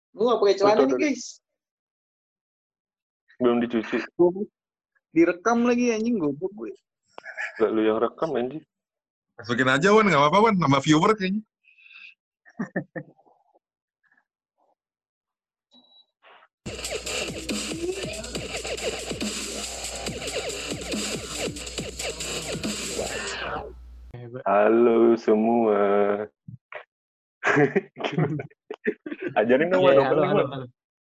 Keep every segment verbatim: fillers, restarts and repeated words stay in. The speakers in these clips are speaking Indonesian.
Gue nggak pakai celana nih guys. Belum dicuci. Direkam lagi anjing goblok gue. Gak lu yang rekam anjing. Masukin aja Wan, nggak apa-apa Wan, nama viewer kayaknya. Halo semua. Ajarin dong, yeah, Wan. halo, halo, halo.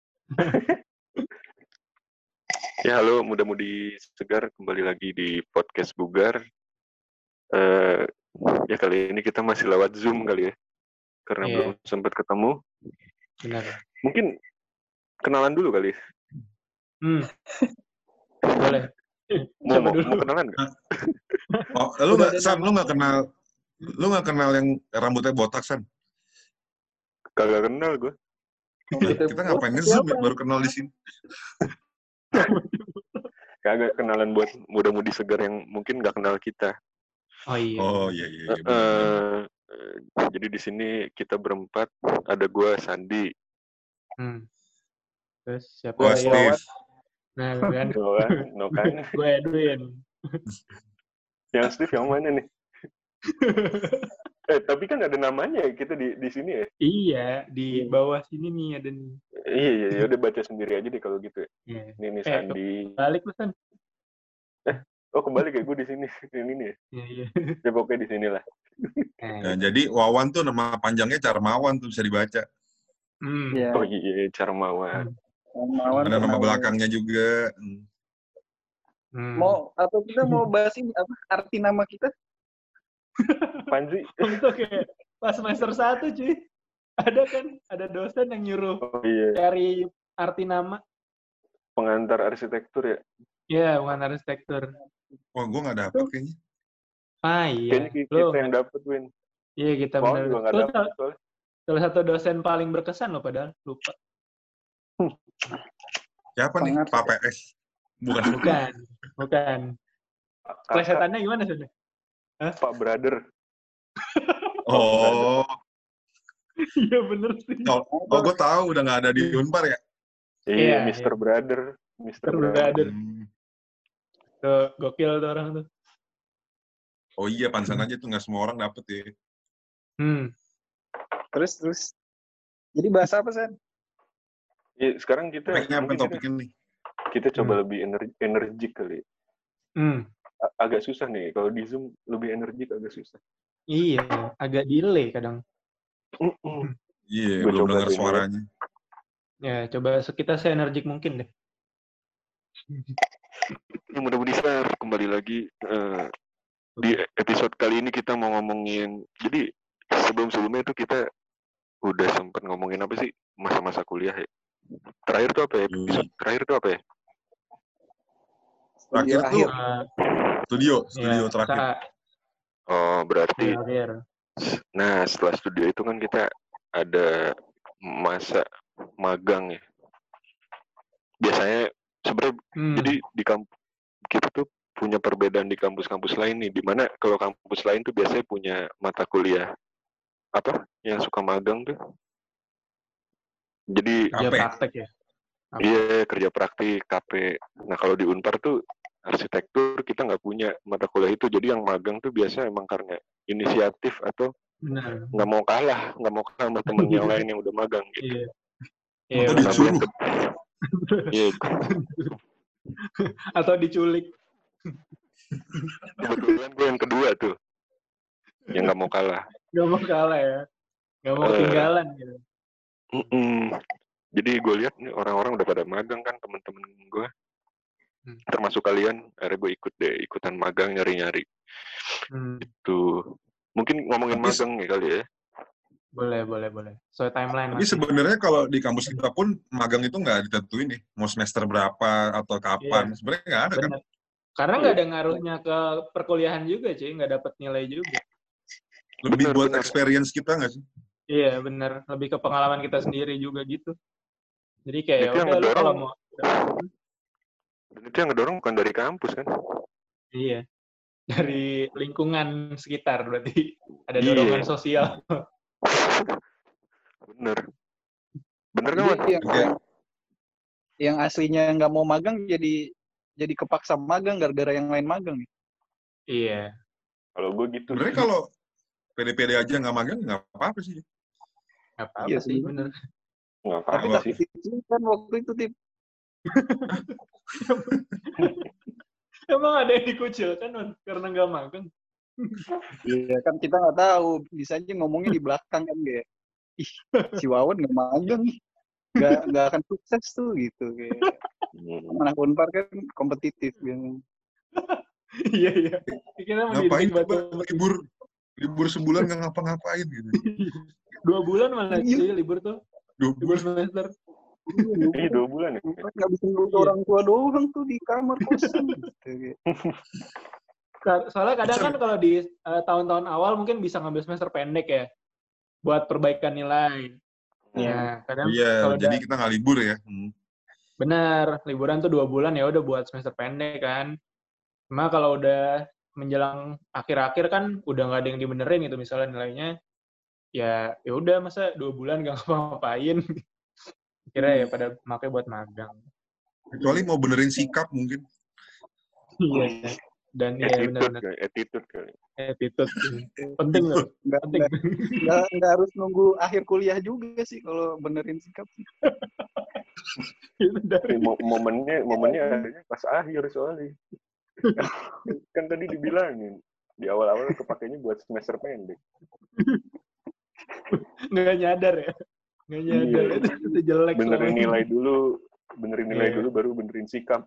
Ya, halo muda-mudi segar, kembali lagi di podcast Bugar. Uh, ya kali ini kita masih lewat Zoom kali ya, karena yeah. belum sempat ketemu. Benar. Mungkin kenalan dulu kali. Hmm. Boleh. Mau, mau, mau kenalan nggak? Oh, lu nggak, San, lu nggak kenal, lu nggak kenal yang rambutnya botak, San? Kagak kenal gue. Kita ngapain nge-zoom ya, baru kenal di sini. Kagak kenalan buat muda-mudi segar yang mungkin nggak kenal kita. Oh iya. Oh iya iya. iya uh, uh, jadi di sini kita berempat, ada gue Sandi. Hmm. Terus siapa? Gue Steve. Nah kan. No kan? No kan? Gue Edwin. Yang Steve yang mana nih? eh tapi kan ada namanya kita di di sini ya? Iya, di bawah sini nih ada nih. Iya iya ya udah baca sendiri aja deh kalau gitu. Yeah. Ini nih eh, Sandi. Balik lu San. Eh, oh kembali kayak gue di sini ini nih. Iya iya. Ya pokoknya di sinilah. Nah, jadi Wawan tuh nama panjangnya Carmawan tuh bisa dibaca. Hmm. Yeah. Oh iya Carmawan. Carmawan. Ada nama belakangnya juga. Hmm. Mau atau kita mau bahas ini apa arti nama kita? Panji. Untuk kayak pas semester satu cuy. Ada kan, ada dosen yang nyuruh oh, iya. cari arti nama. Pengantar arsitektur ya? Iya, pengantar arsitektur. Wah, gue nggak dapet kayaknya. Ah iya. Kayaknya kita Lo, yang dapet, Win. Iya, kita Mau benar. juga nggak dapet soalnya. Salah satu dosen paling berkesan loh padahal, lupa. Siapa nih? Pak P S? Bukan. Bukan. Bukan. Plesetannya gimana sih? Pak Brother. Oh. Iya bener sih. Oh, oh gue tahu udah nggak ada di Unpar ya? Iya, iya Mister iya. Brother. Mister Brother. Hmm. Tuh, gokil tuh orang tuh. Oh iya, pantesan aja tuh nggak semua orang dapet ya. Hmm. Terus terus. Jadi bahas apa San? Ya, sekarang kita Topiknya apa topiknya nih? Kita coba Hmm. lebih ener- energik kali. Hmm. A- agak susah nih kalau di Zoom lebih energik agak susah. Iya, agak delay kadang. Mm-mm. Iya, Gua belum coba dengar sini. suaranya. Ya, coba kita se-energik mungkin deh. Ya, mudah-mudahan kembali lagi uh, di episode kali ini kita mau ngomongin. Jadi sebelum-sebelumnya itu kita udah sempat ngomongin apa sih masa-masa kuliah ya. Terakhir tuh apa ya? Episode hmm. terakhir tuh apa ya? Terakhir tuh uh, studio, studio ya, terakhir. Saat, oh berarti. terakhir. Nah setelah studio itu kan kita ada masa magang ya. Biasanya sebenarnya hmm. jadi di kampus kita tuh punya perbedaan di kampus-kampus lain nih. Dimana kalau kampus lain tuh biasanya punya mata kuliah apa yang suka magang tuh. Jadi kerja praktek ya. Iya kerja praktik K P. Nah kalau di Unpar tuh arsitektur kita nggak punya mata kuliah itu. Jadi yang magang tuh biasa emang karena inisiatif atau nggak mau kalah, nggak mau kalah sama temen yang lain yang udah magang gitu. Iya. Iya. Atau disuruh. Iya. Atau diculik. Kebetulan gue yang kedua tuh, yang nggak mau kalah. Nggak mau kalah ya, nggak mau ketinggalan uh, gitu. Mm-mm. Jadi gue lihat nih orang-orang udah pada magang kan temen-temen gue, hmm. termasuk kalian. Akhirnya gue ikut deh ikutan magang nyari-nyari. Hmm. Itu mungkin ngomongin tapi, magang nih kali ya. Boleh, boleh, boleh. So timeline. Tapi sebenarnya kalau di kampus kita pun magang itu nggak ditentuin nih, mau semester berapa atau kapan. Yeah. Sebenarnya nggak ada. Bener. Kan? Karena nggak yeah. ada ngaruhnya ke perkuliahan juga, cuy. Nggak dapat nilai juga. Lebih bener, buat bener. experience kita nggak sih? Iya, bener. Lebih ke pengalaman kita sendiri juga gitu. Jadi kayak ya udah lu kalau mau. Dan itu yang ngedorong bukan dari kampus kan? Iya. Dari lingkungan sekitar berarti ada dorongan iya. sosial. Bener. Bener kan, Wan? Yang, Oke. yang aslinya nggak mau magang jadi jadi kepaksa magang gara-gara yang lain magang. Iya. Kalau gue gitu. Sebenarnya kalau pede-pede aja nggak magang nggak apa-apa sih. Nggak apa-apa Iya, sih, sebenarnya. bener. Nggak Tapi apa-apa tapi sih. itu kan waktu itu tip Emang ada yang dikucilkan, Wan? Karena nggak magang? Iya kan kita nggak tahu, bisa aja ngomongnya di belakang kan kayak, ih si Wawan nggak magang nih, nggak nggak akan sukses tuh gitu kayak. Hmm. Anak Unpar kan kompetitif gitu. Iya, iya. Kita mau Ngapain didik coba batu. libur libur sebulan nggak ngapa-ngapain gitu. Dua bulan malah Iya. sih libur tuh. Dua Libur bulan. semester. Iya, dua bulan ya. Unpar nggak bisa nunggu Iya. orang tua doang tuh di kamar kosan gitu. Kayak. Soalnya kadang kan kalau di uh, tahun-tahun awal mungkin bisa ngambil semester pendek ya. Buat perbaikan nilai. Ya, kadang Iya, kalau jadi udah kita nggak libur ya. Hmm. benar, liburan tuh dua bulan ya udah buat semester pendek kan. Cuma kalau udah menjelang akhir-akhir kan udah nggak ada yang dibenerin gitu misalnya nilainya. Ya, ya udah masa dua bulan nggak ngapa-ngapain. Kira ya pada pakai buat magang. Kecuali mau benerin sikap mungkin. Iya. Dan ya Attitude benar-benar kali, attitude kali. attitude penting loh. Nggak, Penting. nggak, nggak, nggak harus nunggu akhir kuliah juga sih kalau benerin sikap. Itu dari Mo- momennya momennya adanya pas akhir soalnya. Kan tadi dibilangin di awal-awal kepakainya buat semester pendek. nggak nyadar ya. Nggak nyadar Iya. itu, itu jelek Benerin soalnya. nilai dulu, benerin nilai Iya. dulu baru benerin sikap.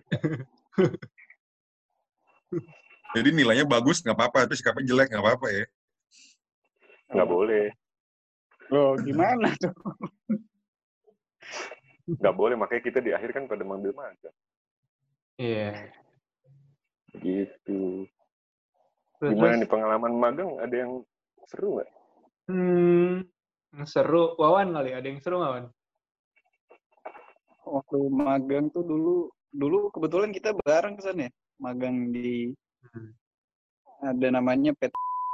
Jadi nilainya bagus nggak apa-apa, tapi sikapnya jelek nggak apa-apa ya. Nggak boleh, Loh gimana tuh? nggak boleh. Makanya kita di akhir kan pada manggil magang. Iya. Gitu. Terus, Gimana terus, nih pengalaman magang? Ada yang seru nggak? Hmm, seru. Wawan kali, ada yang seru nggak, Wan? Waktu magang tuh dulu dulu kebetulan kita bareng kesana ya, magang di Hmm. ada namanya P T.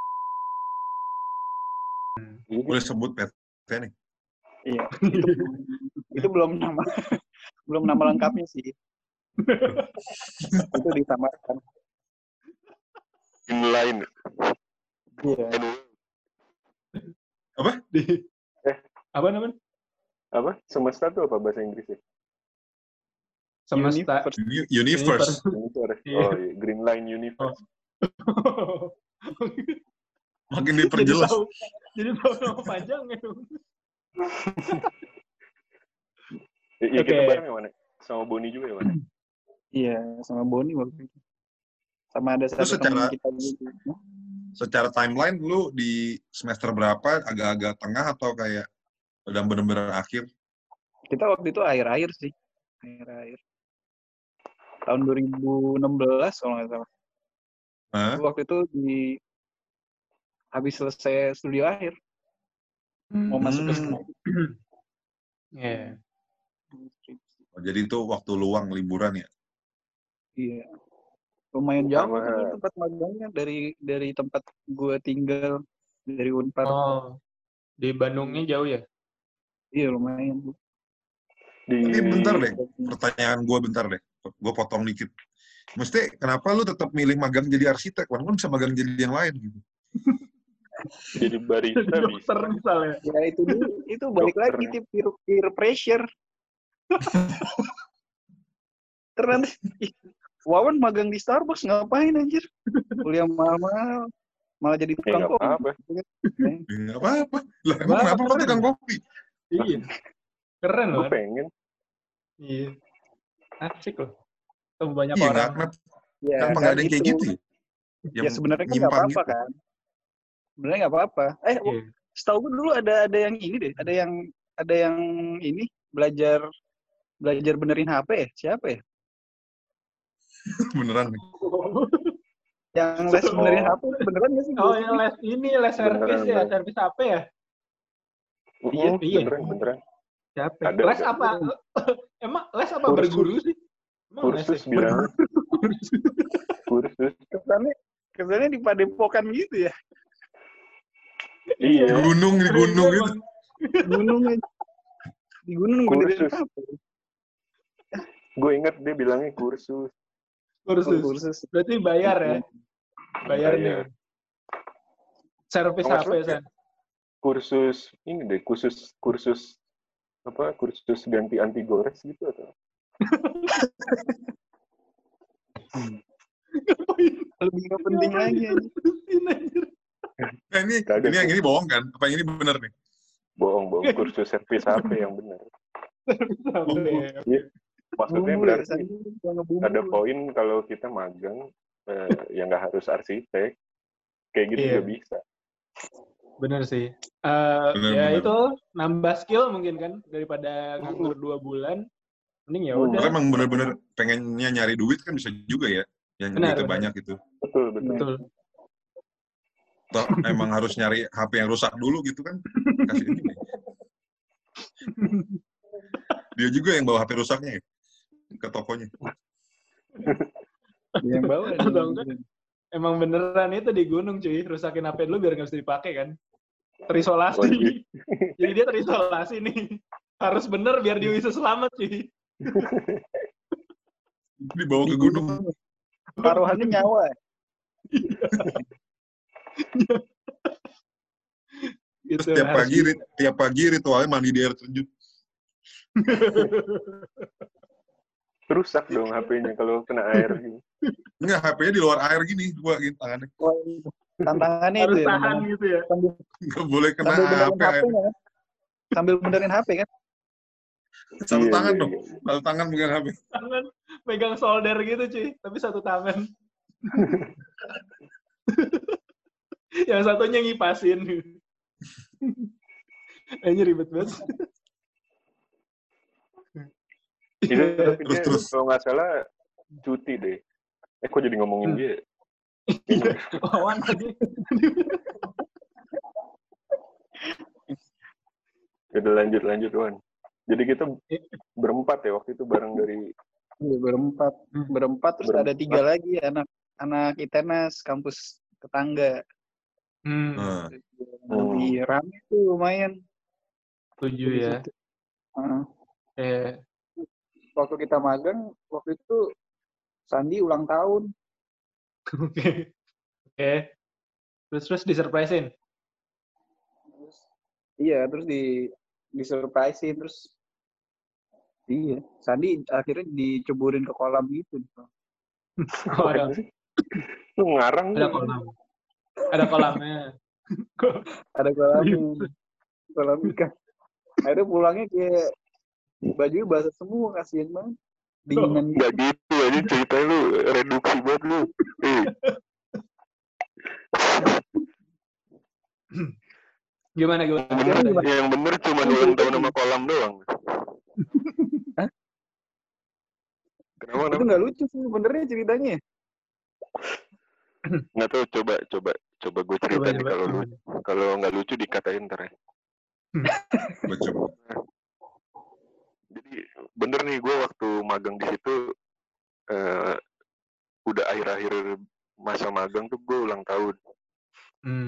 Boleh sebut P T nih. Iya, itu, itu belum nama belum nama lengkapnya sih. Itu disamarkan. Inline. Iya. Apa? Di, Eh. apa namanya? Apa? Semesta tuh apa bahasa Inggrisnya? Semesta. Universe. Uni- Universe. Universe. Iya. Oh iya, Green Line Universe. Makin Jadi diperjelas. tahu, jadi tahu nama panjangnya. Iya, Oke. kita bareng ya, mana? Sama Boni juga ya, mana? Iya, sama Boni waktu itu. Sama ada satu secara- teman kita juga. Secara timeline lu di semester berapa? Agak-agak tengah atau kayak udah bener-bener akhir? Kita waktu itu akhir-akhir sih. Akhir-akhir. Tahun dua ribu enam belas kalau nggak salah. Hah? Waktu itu di habis selesai studi akhir. Mau masuk ke Hmm. skripsi. Iya. Oh, jadi itu waktu luang liburan ya? Iya. Lumayan jauh Sama- tuh tempat magangnya dari dari tempat gue tinggal dari Unpar. Oh, di Bandungnya jauh ya? Iya lumayan. Di... Tapi bentar deh, pertanyaan gue bentar deh. Gue potong dikit. Mesti kenapa lu tetap milih magang jadi arsitek? Kan bisa magang jadi yang lain gitu. Jadi barista Jadi dokter bisa. misalnya. Ya itu dulu, itu balik Dokter. lagi tip peer, peer pressure. Terus ih, Wawan magang di Starbucks ngapain anjir? Kuliah mahal-mahal, malah jadi Ya tukang nggak kopi. apa-apa. Ya, nggak apa-apa. Lah emang Apa-apa, kenapa lu keren. tukang kopi? Iya. Keren Gue loh. pengen. Iya. Asik loh. Ketemu banyak Iya, nggak orang. kenapa. Ya, Kenapa kan nggak ada yang kayak itu. gitu ya? Ya sebenarnya kan nggak nyimpang apa-apa gitu. kan. Sebenarnya nggak apa-apa. Eh, Iya. setahu gue dulu ada ada yang ini deh, ada yang ada yang ini belajar belajar benerin H P ya? Siapa ya? Beneran nih. Yang les Oh. benerin H P itu beneran nggak sih? Oh, yang les ini, les Beneran, servis ya, beneran. servis H P ya? Iya, Mm-mm, iya. Beneran, beneran. Siapa? Ada, Les ada. apa? Emang les apa Kursus. berguru sih? Emang les Kursus ya? bilang. Kursus. Kursus. Kesannya kesannya di padepokan gitu ya. Iya. Di gunung, di gunung gitu. Emang. Gunung aja. Di gunung benerin Kursus. apa? Gue inget dia bilangnya kursus. Kursus. Oh, kursus. Berarti bayar ya? Bayar nih. Bayar. Servis Oh, H P, maksudnya San. Kursus ini deh, kursus kursus apa? Kursus ganti anti gores gitu atau? Lebih nggak penting lagi aja. Nah, ini Kagak ini yang sih. ini bohong kan? Apa yang ini bener nih? Bohong, bohong. Kursus servis H P yang benar. Iya. Maksudnya Bumbu ya, berarti San. Jangan bumbu. ada poin kalau kita magang eh, yang nggak harus arsitek, kayak gitu Iya. juga bisa. Bener sih. Eh, Bener, ya bener. itu nambah skill mungkin kan daripada nganggur dua bulan. Mending ya Hmm. udah. Karena emang bener-bener pengennya nyari duit kan bisa juga ya. Yang Benar, duitnya benar. banyak gitu. Betul, betul. Betul. Atau emang harus nyari H P yang rusak dulu gitu kan. Kasih ini nih. Dia juga yang bawa H P rusaknya ya. Ke tokonya. Dia yang bawa. dia Atau yang enggak? benerin. Emang beneran itu di gunung cuy, rusakin H P dulu biar nggak bisa dipakai kan. Oh, Terisolasi. iya. Jadi dia terisolasi nih. Harus bener biar dia bisa selamat cuy. Dibawa ke Di gunung. Taruhannya nyawa. Gitu, Terus tiap harus pagi rit- tiap pagi ritualnya mandi di air terjun. Rusak dong H P-nya kalau kena air gitu. Enggak, H P-nya di luar air gini, dua gitu tangannya. Wah, ini tantangannya harus itu ya. tahan tantangan. gitu ya. Sambil, Enggak boleh kena sambil benerin H P H air. P kan? Sambil benerin H P kan? Satu Iya, tangan iya, dong. iya. Satu tangan pegang H P. Tangan megang solder gitu cuy, tapi satu tangan. Yang satunya ngipasin. Kayaknya ribet banget. Itu tapi Terus, dia terus. kalau nggak salah cuti deh. Eh kok jadi ngomongin Hmm. dia? Iya, Wawan tadi. Udah lanjut lanjut Wan. Jadi kita berempat ya waktu itu bareng dari Iya, berempat. Berempat, terus Berempat. ada tiga lagi anak anak ITENAS, kampus tetangga. Hmm, Nah, Lebih rame tuh lumayan. setuju Di ya. situ. Heeh. Eh, Waktu kita magang, waktu itu Sandi ulang tahun. Oke. Oke. Terus terus disurprisein. Terus, iya, terus di disurprisein terus. Iya, Sandi akhirnya diceburin ke kolam gitu. Oh, ada, lu ngarang ada tuh. kolam. Ada kolamnya. Ada kolam, kolam ikan. Akhirnya pulangnya kayak baju basah semua, kasihan banget. Dinginan gitu. Gak gitu aja ceritanya lu reduksi banget lu. Eh, Gimana gimana? yang bener, Gimana? yang bener cuma ulang tahun sama kolam doang. Hah? Kenapa? Itu nggak lucu sih sebenarnya ceritanya. Nggak tahu, coba coba coba gue cerita Coba, nih coba. kalau lu kalau nggak lucu dikatain ntar ya. baca. Jadi bener nih gue waktu magang di situ eh, udah akhir-akhir masa magang tuh gue ulang tahun. Hmm.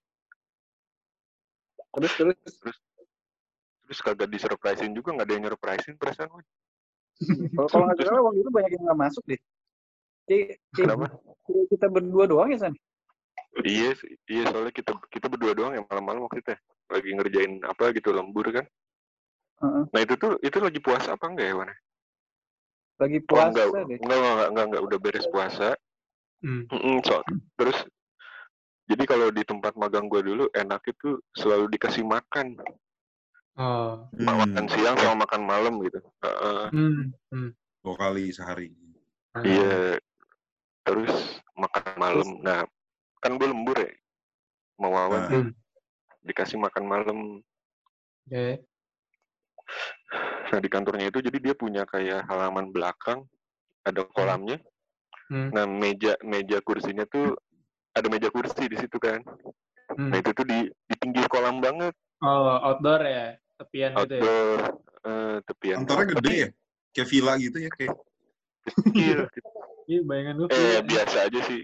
Terus terus Terus terus kagak disurprisein juga, nggak ada yang surprisein perasaan gue. kalau kalau nggak salah waktu itu banyak yang nggak masuk deh. Kayak, kayak Kenapa? kita berdua doang ya San? Iya, sih. Iya soalnya kita kita berdua doang yang malam-malam waktu itu ya. Lagi ngerjain apa gitu lembur kan. Uh-uh. Nah itu tuh itu lagi puasa apa enggak ya Wan? Lagi Oh, puasa enggak, deh. enggak, enggak, enggak, enggak, udah beres puasa. Hmm. Mm-mm, so, terus jadi kalau di tempat magang gue dulu enak itu selalu dikasih makan. Oh. Makan Hmm. siang sama makan malam gitu. Uh, Hmm. Hmm. Dua kali sehari. Ah. Iya. Terus makan malam. Nah, kan gue lembur ya. Mau Wawan Nah. tuh Hmm. dikasih makan malam. Oke. Nah, di kantornya itu jadi dia punya kayak halaman belakang, ada kolamnya. Hmm. Nah, meja meja kursinya tuh ada meja kursi di situ kan. Hmm. Nah, itu tuh di di pinggir kolam banget. Oh, outdoor ya, tepian gitu ya. Outdoor, eh, tepian. Kantornya gede ya? Kayak villa gitu ya? Kayak Kecil. Iya, bayangan lu. eh, biasa aja sih.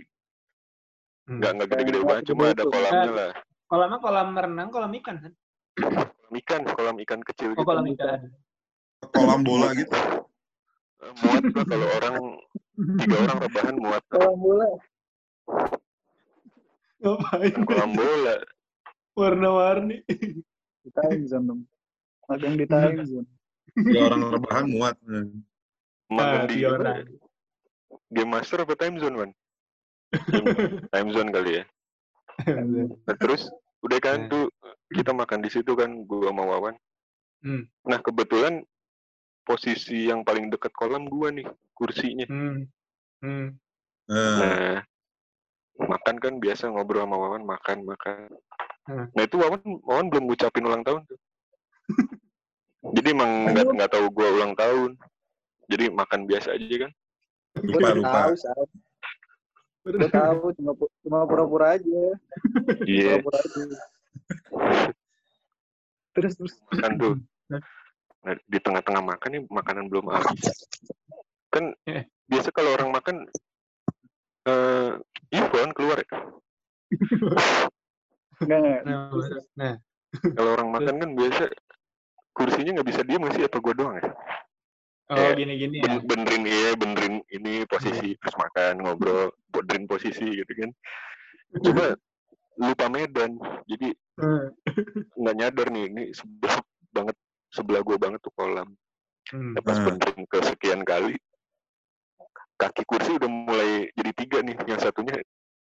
Hmm. Nggak nggak gede-gede banget, cuma ada kolamnya lah. Kolamnya kolam renang, kolam ikan kan? ikan, kolam ikan kecil Oh, gitu. kolam ikan. Kolam bola gitu. Muat lah kalau orang tiga orang rebahan muat. Kolam bola. Ngapain? Kolam bola. Warna-warni. Di time zone dong. Magang di time zone. Tiga orang rebahan muat. Magang Ah, di tiga orang. Game Master apa Time Zone, Man? Time Zone kali ya. Nah, terus udah kan tuh kita makan di situ kan, gua sama Wawan. Hmm. Nah, kebetulan posisi yang paling dekat kolam gua nih, kursinya. Hmm. Hmm. Nah, makan kan biasa ngobrol sama Wawan, makan, makan. Hmm. Nah, itu Wawan, Wawan belum ngucapin ulang tahun tuh. Jadi emang nggak nggak tahu gua ulang tahun. Jadi makan biasa aja kan. Lupa, lupa. Tahu, Sal. Gue tahu, cuma cuma pura-pura aja. Iya. Pura-pura aja. Terus terus. Makan tuh. Nah, di tengah-tengah makan nih makanan belum habis. Kan biasa kalau orang makan eh uh, kan keluar ya. Enggak, enggak. Nah, nah. Kalau orang makan kan biasa kursinya nggak bisa diem nggak sih, apa gue doang ya? Oh, gini-gini ya. Benerin iya, benerin ini posisi, terus makan, ngobrol, benerin posisi gitu kan. Cuma lupa medan, jadi nggak nyadar nih, ini sebelah banget, sebelah gue banget tuh kolam. Hmm. Pas benerin kesekian kali, kaki kursi udah mulai jadi tiga nih, yang satunya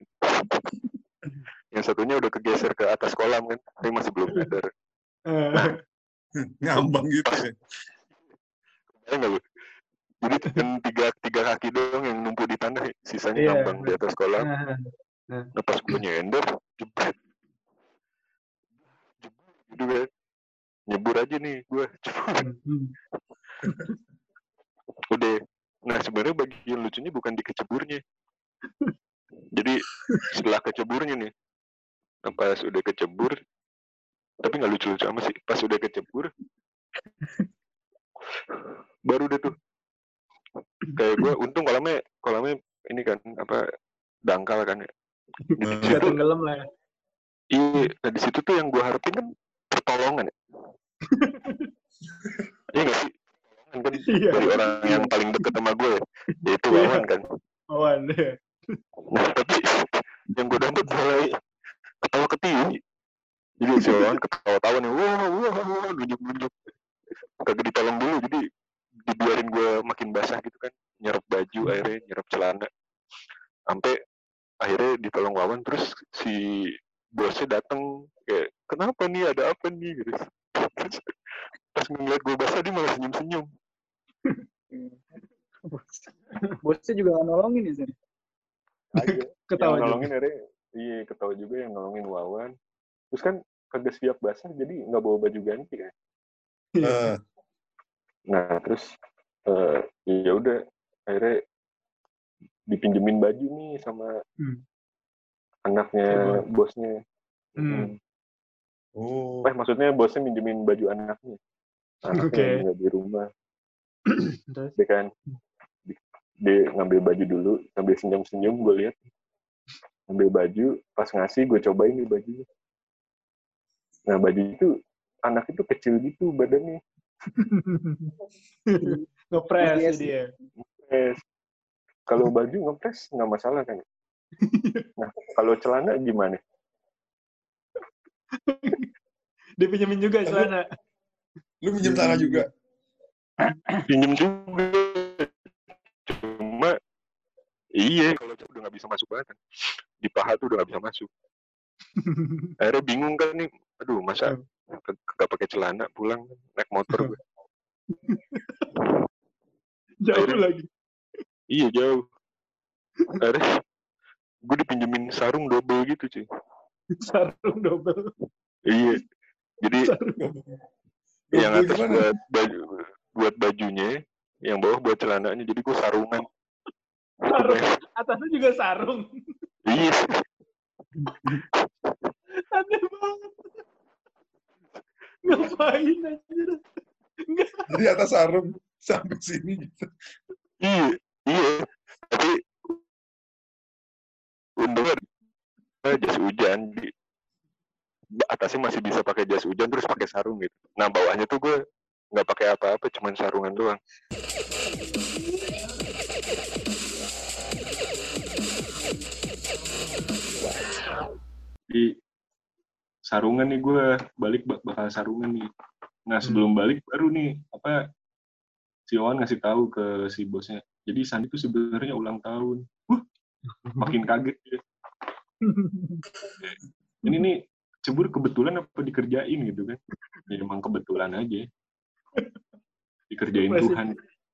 yang satunya udah kegeser ke atas kolam kan, tapi masih belum nyadar. Nah, ngambang gitu ya. Enggak lu. Jadi kan tiga, tiga kaki doang yang numpuk di tanah, sisanya yeah, ngambang di atas kolam. Nah, pas gue nyender, jebret. Gitu kan. Nyebur aja nih gue. Udah. Nah, sebenarnya bagian lucunya bukan di keceburnya. Jadi setelah keceburnya nih, pas udah kecebur, tapi nggak lucu-lucu amat sih. Pas udah kecebur, baru deh tuh. Kayak gue, untung kolamnya, kolamnya ini kan, apa, dangkal kan ya. Gak tenggelam lah ya. Iya, nah di situ tuh yang gue harapin kan pertolongan ya. Iya nggak sih? Kan iya. Dari orang yang paling dekat sama gue, yaitu Wawan kan. Wawan, ya. Nah, tapi yang gue dapat mulai ketawa ketiwi. Jadi si Wawan ketawa-tawa nih, wah, wah, wah, nunjuk-nunjuk. Kagak ditolong dulu, jadi dibiarin gue makin basah gitu kan. Nyerap baju akhirnya, nyerap celana. Sampai akhirnya ditolong Wawan, terus si bosnya datang kayak, kenapa nih, ada apa nih gitu. Pas ngeliat gue basah dia malah senyum-senyum. Bosnya juga nggak nolongin di sini. Ketawa yang nolongin akhirnya, iya ketawa juga yang nolongin Wawan. Terus kan kagak siap basah jadi nggak bawa baju ganti kan. Uh. Nah terus uh, ya udah akhirnya dipinjemin baju nih sama hmm. anaknya oh. bosnya. Hmm. Oh. Eh maksudnya bosnya minjemin baju anaknya. Anaknya okay. nggak di rumah. Dia kan dia ngambil baju dulu, ngambil senyum-senyum gue lihat. Ngambil baju, pas ngasih gue cobain nih bajunya. Nah baju itu anak itu kecil gitu badannya. Ngepres yes. Dia. Ngepres. Kalau baju ngepres nggak masalah kan? Nah kalau celana gimana? Dia pinjemin juga celana. Lu pinjem celana juga? Pinjem juga. Cuma iya kalau udah nggak bisa masuk banget kan. Di paha tuh udah nggak bisa masuk. Akhirnya bingung kan nih. Aduh masa gak pakai celana pulang naik motor gue. Jauh akhirnya, lagi. Iya jauh. Akhirnya gue dipinjemin sarung double gitu cuy. Sarung double. Iya. Jadi yang atas buat baju, buat bajunya, yang bawah buat celananya. Jadi gue sarungan. Sarung. Atasnya juga sarung. Iya. Aneh banget. Ngapain aja? Enggak. Jadi atas sarung sampai sini gitu. Iya, iya. Tapi untungnya jas hujan di atasnya masih bisa pakai jas hujan terus pakai sarung gitu. Nah bawahnya tuh gue nggak pakai apa-apa, cuman sarungan doang. Di sarungan nih gue balik bakal sarungan nih. Nah sebelum hmm. balik baru nih apa si Owan ngasih tahu ke si bosnya. Jadi Sandi tuh sebenarnya ulang tahun. Huh, makin kaget ya. Ini nih cebur kebetulan apa dikerjain gitu kan? Ya emang kebetulan aja. Dikerjain Tuhan.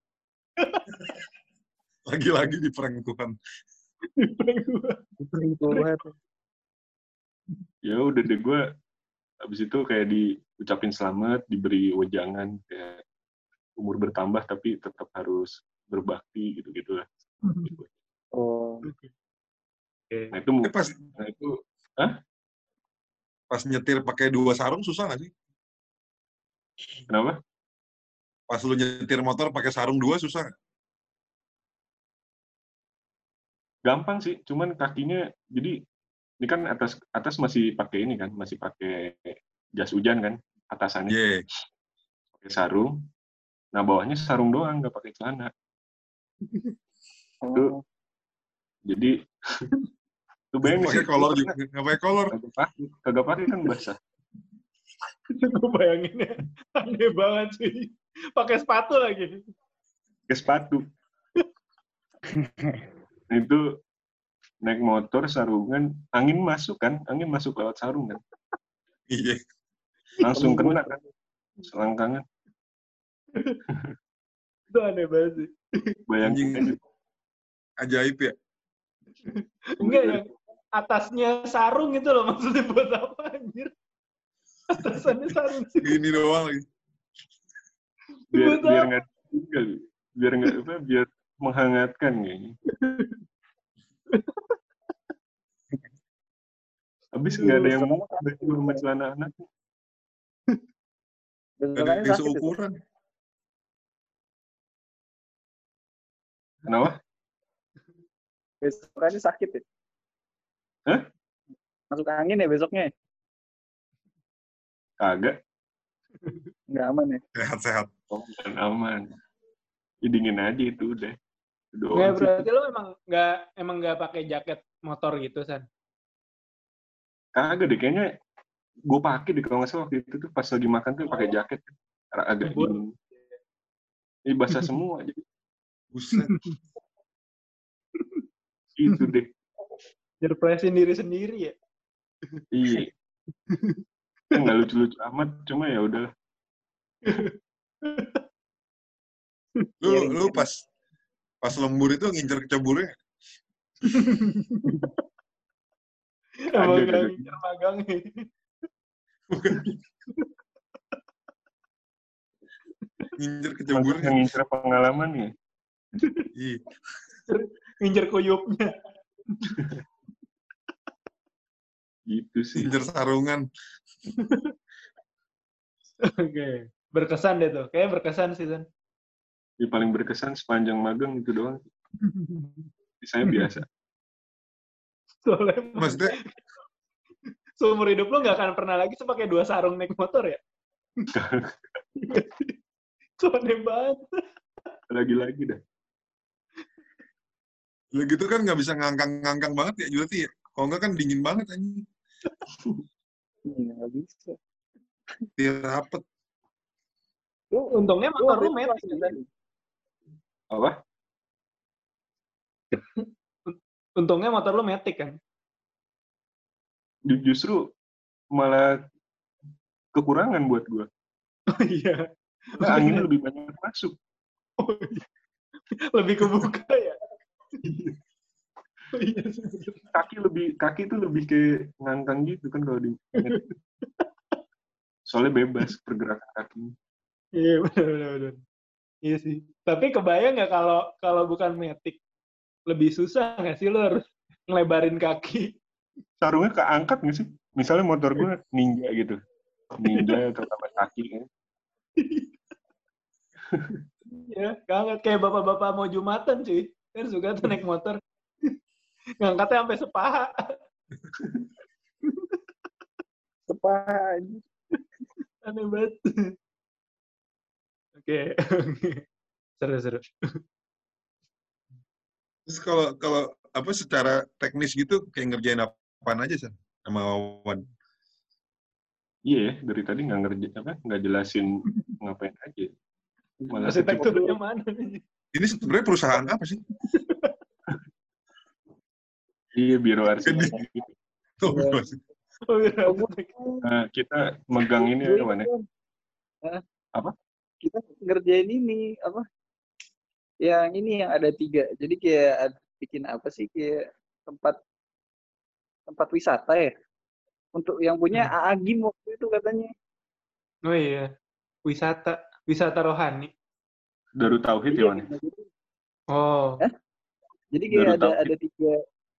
Lagi-lagi di prank Tuhan. Di prank Tuhan. Ya udah deh gue habis itu kayak diucapin selamat, diberi wejangan kayak umur bertambah tapi tetap harus berbakti gitu-gitu lah. Oh. Nah itu eh, pas nah itu Hah? Pas nyetir pakai dua sarung susah nggak sih? Kenapa? Pas lu nyetir motor pakai sarung dua susah nggak? Gampang sih, cuman kakinya jadi ini kan atas atas masih pakai ini kan, masih pakai jas hujan kan, atasannya. Yeah. Pakai sarung. Nah, bawahnya sarung doang, nggak pakai celana. Oh. Tuh. Jadi tuh bayangin pakai kolor juga, nggak pakai kolor. Kagak pakai, kagak pakai kan basah. Gue bayanginnya aneh banget sih. Pakai sepatu lagi. Pakai sepatu. Itu naik motor sarungan, angin masuk kan, angin masuk lewat sarung kan. Iya. Langsung kena kan, selangkangan. Itu aneh banget sih. Bayangin. Ajaib ya. Enggak ya, atasnya sarung itu loh maksudnya buat apa anjir? Atasannya sarung sih. Gini doang lagi. Biar biar nggak tinggal, biar nggak apa, biar menghangatkan kayaknya. Habis nggak ada yang mau baju sama celana anak. Ada yang seukuran. Kenapa? Besokannya sakit ya? Hah? Masuk angin ya besoknya? Kagak. Nggak aman ya? Sehat-sehat. Oh, dan aman. Ya, dingin aja itu udah. Nggak, berarti lo emang nggak emang nggak pakai jaket motor gitu, San? Kagak deh, kayaknya gue pakai deh kalau nggak salah waktu itu tuh pas lagi makan tuh pakai jaket agak dingin. Ini basah semua jadi. Buset. Itu deh. Surprisein diri sendiri ya. Iya. Nggak lucu-lucu amat, cuma ya udahlah. Lu lu pas pas lembur itu ngincer kecaburnya. Emang gak ngincer magangnya. Ngincer kecaburnya. Ngincer pengalaman ya. Iya. Ngincer kuyupnya. Gitu sih. Ngincer sarungan. Oke. Okay. Berkesan deh tuh. Kayaknya berkesan sih, San. Yang paling berkesan sepanjang magang itu doang. Sisanya biasa. Soalnya Maksudnya seumur hidup lo nggak akan pernah lagi pakai dua sarung naik motor ya? Itu aneh banget. Lagi-lagi dah. Udah gitu kan nggak bisa ngangkang-ngangkang banget ya Julati ya. Kalau nggak kan dingin banget anjing. Iya, nggak bisa. Dia rapet. Untungnya motor lu metik. Apa? Untungnya motor lu metik kan? Justru malah kekurangan buat gue. Oh iya. Nah, anginnya lebih banyak masuk. Oh, iya. Lebih kebuka ya? Oh, iya, kaki lebih kaki itu lebih kayak ngangkang gitu kan kalau di soalnya bebas pergerakan kaki. Iya benar-benar. Iya sih. Tapi kebayang nggak kalau kalau bukan metik lebih susah nggak sih lo harus ngelebarin kaki? Sarungnya keangkat nggak sih? Misalnya motor gue ninja gitu, ninja atau tambah kaki kan? Ya, keangkat kayak bapak-bapak mau jumatan cuy. Kan suka tuh naik motor. Ngangkatnya sampai sepaha. Apaan? Aneh banget. Oke. Seru-seru. Terus kalau kalau apa secara teknis gitu kayak ngerjain apaan aja San sama Wawan? Iya, dari tadi nggak ngerja apa, nggak jelasin ngapain aja. Malah Arsitekturnya mana nih? Ini sebenarnya perusahaan apa sih? Iya, biro arsitek. Gitu. Tuh, Iya. Oh, iya. Oh, gua- Nah, kita megang ini Gue ya, Wan, ya. ingat, Hah? Apa? Kita ngerjain ini apa? Yang ini yang ada tiga. Jadi kayak ad- bikin apa sih kayak tempat tempat wisata ya. Untuk yang punya Hmm. Aagim waktu itu katanya. Oh iya. Wisata, wisata rohani. Darut Tauhid ya, Iya. Wan, ya? Jadi, Oh. Hah? Jadi kayak Darut ada Tauhid. ada tiga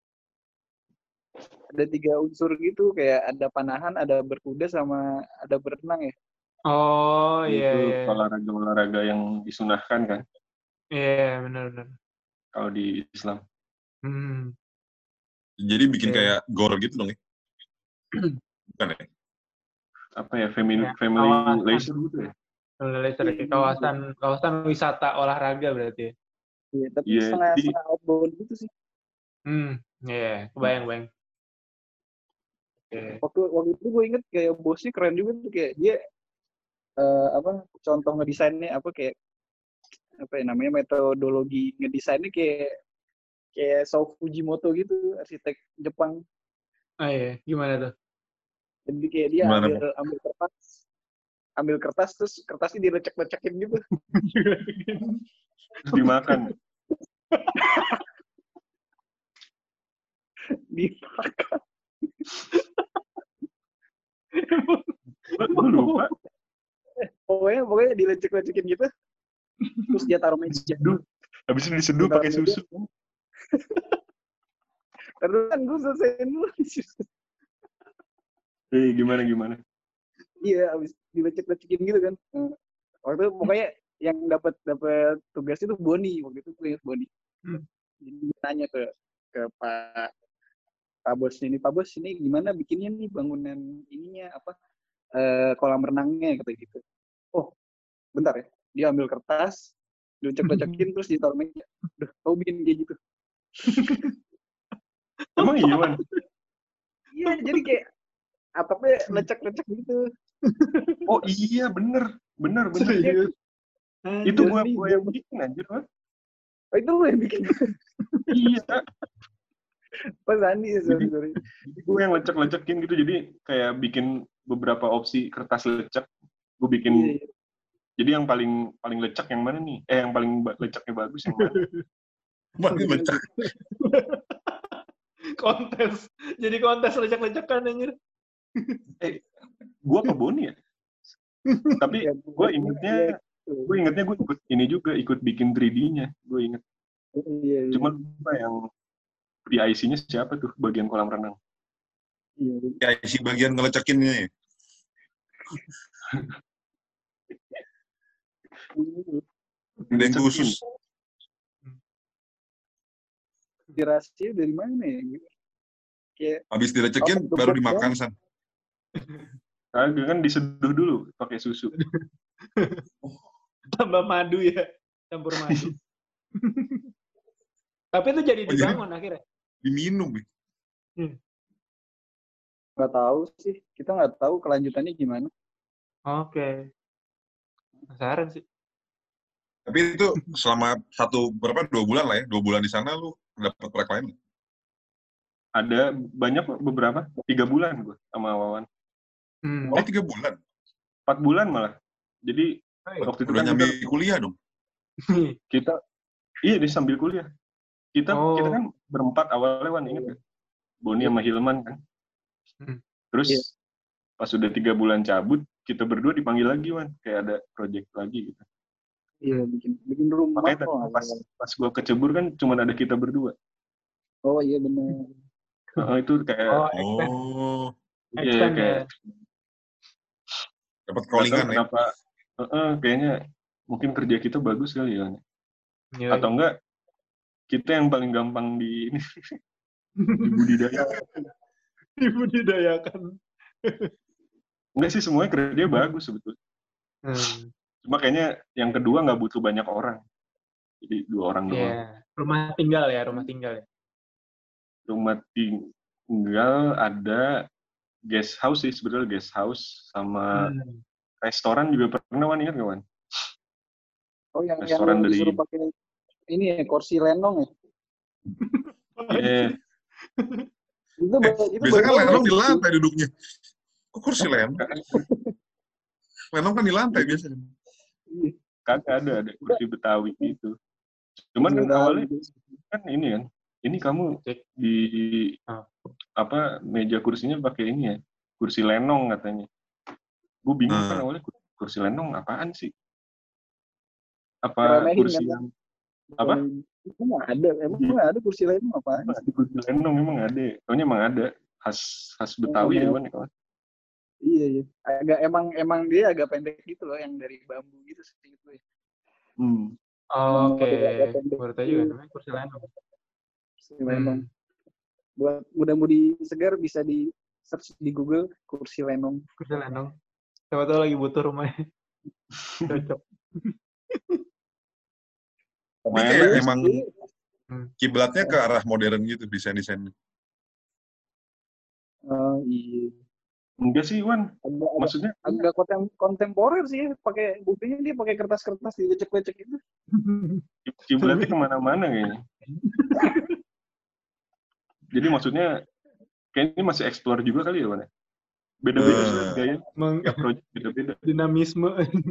ada tiga unsur gitu kayak ada panahan, ada berkuda sama ada berenang ya. Oh iya Itu iya. olahraga-olahraga yang disunahkan kan Iya benar-benar. kalau di Islam. Hmm. Jadi bikin Oke. kayak gor gitu dong ya? Bukan ya? Apa ya, family, Ya, family kawasan. leisure gitu ya? Leisure, kayak kawasan kawasan wisata olahraga berarti. Iya, tapi Iya, setengah jadi- setengah outbound gitu sih. Hmm. Iya, kebayang kebayang. Oke. Waktu waktu itu gue inget kayak bosnya keren juga tuh kayak dia eh, apa contoh ngedesainnya apa kayak apa ya namanya metodologi ngedesainnya kayak kayak Sao Fujimoto gitu arsitek Jepang. Oh iya, gimana tuh? Jadi kayak dia Gimana, ambil ambil kertas ambil kertas terus kertasnya dilecek-lecekin gitu. Terus dimakan. Dimakan. Gue lupa. Pokoknya pokoknya dilecek-lecekin gitu. Terus dia taruh meja. Seduh. Habis itu diseduh Dia taruh pakai meja. susu. Terus kan gue selesaiin dulu. Eh, gimana gimana? Iya, abis dilecek-lecekin gitu kan. Nah, waktu itu pokoknya yang dapat dapat tugas itu Boni, waktu itu gue ingat Boni. Hmm. Jadi dia nanya ke ke Pak Pak Bos ini, Pak Bos ini gimana bikinnya nih bangunan ininya apa eh, kolam renangnya kata gitu. Oh, bentar ya. Dia ambil kertas, dilecek-lecekin terus ditaruh meja. Udah, kau bikin kayak gitu. Emang iya, Wan? Iya, jadi kayak atapnya lecek-lecek gitu. Oh iya, bener. Bener, bener. Serius? Itu gua, Asli, gua yang bikin anjir, Wan. Oh, itu lu yang bikin. Iya. Pas Andi ya, sorry, Jadi- sorry. Jadi gue yang lecek-lecekin gitu, jadi kayak bikin beberapa opsi kertas lecek. Gue bikin, Iya, iya. jadi yang paling paling lecek yang mana nih? Eh, yang paling ba- leceknya bagus yang mana? Makin lecek. Kontes. Jadi kontes lecek-lecekan anjir. Gue apa Boni ya? Tapi Ya, gue ingetnya, gue ingetnya gue ikut ini juga, ikut bikin tiga D-nya. Gue inget. Iya, iya. Cuma lupa yang di I C-nya siapa tuh bagian kolam renang. Iya, iya. Ya isi bagian ngelecekinnya ya. Ada yang khusus. Inspirasinya dari mana ya? Kayak Habis dilecekin Oh, baru betul. dimakan San. Kagak kan diseduh dulu pakai susu. Tambah madu ya. Campur madu. Tapi itu jadi Oh, jadi- dibangun akhirnya. Diminum ya. nggak tahu sih. Kita nggak tahu kelanjutannya gimana. Oke. Penasaran sih. Tapi itu selama satu berapa dua bulan lah ya, dua bulan di sana lu dapat proyek lain. Ada banyak kok, beberapa, tiga bulan gue sama Wawan. Hmm. Oh tiga bulan, Empat bulan malah. Jadi waktu itu udah kan nyambi kita, kuliah dong. kita iya dia sambil kuliah. Kita Oh. kita kan berempat awalnya, Wan, inget gak? Boni sama Hilman kan. Hmm. Terus Iya. pas udah tiga bulan cabut, kita berdua dipanggil lagi, Wan, kayak ada project lagi gitu. Iya, bikin bikin rumah. Makanya tadi Oh, pas pas gua kecebur kan cuma ada kita berdua. oh iya benar. Heeh, itu kayak Oh, expand. Oh, iya expand kayak ya. dapat nggak tahu callingan ya. kenapa. Heeh, kayaknya mungkin kerja kita bagus kali ya. Iya. Atau enggak kita yang paling gampang di ini dibudidaya. Dibudidayakan. Enggak sih, semuanya kerja bagus sebetulnya. Hmm. Cuma kayaknya yang kedua nggak butuh banyak orang. Jadi dua orang doang. Iya, rumah tinggal ya, rumah tinggal ya. Rumah tinggal ada guest house sih sebetulnya, guest house sama Hmm. restoran juga pernah, Wan, ingat nggak, Wan? Oh, yang yang Restoran lu dari disuruh pakai ini ya, kursi lenong ya? Iya, Itu Eh, ba- itu biasanya kan baru-baru Lenong di sih. lantai duduknya. Kok kursi Lenong? kagak Lenong kan di lantai biasanya. Iya. kagak ada ada kursi Betawi gitu. Cuman kan Udah awalnya gitu. kan ini kan, ini kamu Cek. di Ah. apa meja kursinya pakai ini ya, kursi lenong katanya. Gue bingung kan Nah. awalnya kursi lenong apaan sih? Apa Ngeremehin kursi kan? yang apa? Itu nggak ada, emang nggak ada kursi lenong apaan? Emang ada kursi lenong emang ada. Soalnya emang ada khas khas Betawi ya, Wan, ya kawan. Iya, iya. Agak emang emang dia agak pendek gitu loh, yang dari bambu gitu sih gitu ya. Hmm. Oh, Oke, Model agak pendek baru tahu juga namanya kursi lenong. kursi lenong. Hmm. Buat mudah-mudi segar bisa di search di Google kursi lenong. Kursi lenong. Siapa tahu lagi butuh rumahnya. Cocok. Tapi Lumayan kayak lah. emang Hmm. kiblatnya ke arah modern gitu desain-desainnya. Oh iya. Enggak sih, Wan. Agak, agak, Maksudnya agak kontem- kontemporer sih ya. Pakai buktinya dia pakai kertas-kertas dilecek-lecek itu. kiblatnya kemana-mana kayaknya. Jadi maksudnya kayak ini masih explore juga kali ya, Wan. Beda-beda sih Eh. gaya. Meng- Tiap project beda-beda. dinamisme.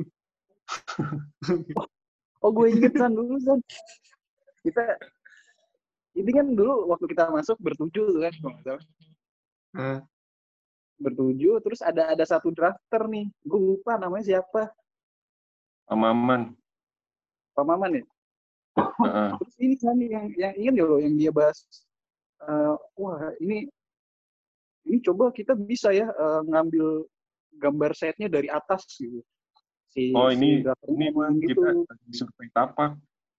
Oh, gue inget San dulu San. Kita ini kan dulu waktu kita masuk bertujuh tuh kan, kalau nggak salah. Nah, Bertujuh, terus ada ada satu drafter nih. Gue lupa namanya siapa. Amaman. Pak Maman ya? Heeh. Terus ini kan yang yang ingat ya loh yang dia bahas. eh, wah ini ini coba kita bisa ya eh, ngambil gambar setnya dari atas gitu. Si Oh, si ini drafternya ini ngomong Wan, gitu. kita lagi survei tapak.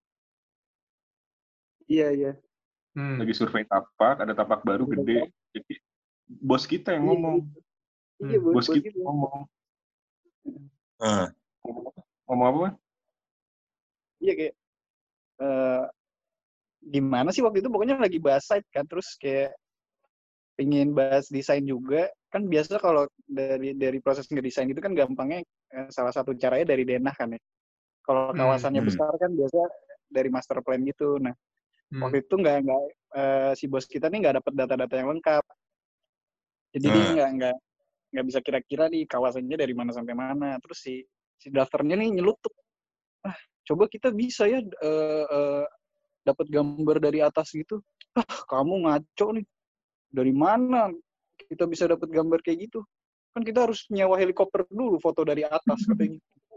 Iya iya. hmm. Lagi survei tapak, ada tapak baru gede. Jadi bos kita yang Iya, ngomong. Iya, Hmm. bos Bos bos kita gitu. ngomong. Ah. Ngomong apa, Wan? Iya kayak eh gimana sih waktu itu pokoknya lagi bahas site kan, terus kayak pingin bahas desain juga kan. Biasa kalau dari dari proses ngedesain itu kan gampangnya eh, salah satu caranya dari denah kan ya. Kalau Hmm. kawasannya Hmm. besar kan biasa dari master plan gitu. Nah Hmm. waktu itu nggak nggak eh, si bos kita nih nggak dapat data-data yang lengkap, jadi dia Ah. nggak nggak nggak bisa kira-kira nih kawasannya dari mana sampai mana. Terus si si daftarnya nih nyelutuk, ah coba kita bisa ya eh, eh, dapat gambar dari atas gitu. Ah kamu ngaco nih, dari mana kita bisa dapat gambar kayak gitu, kan kita harus nyewa helikopter dulu foto dari atas katanya.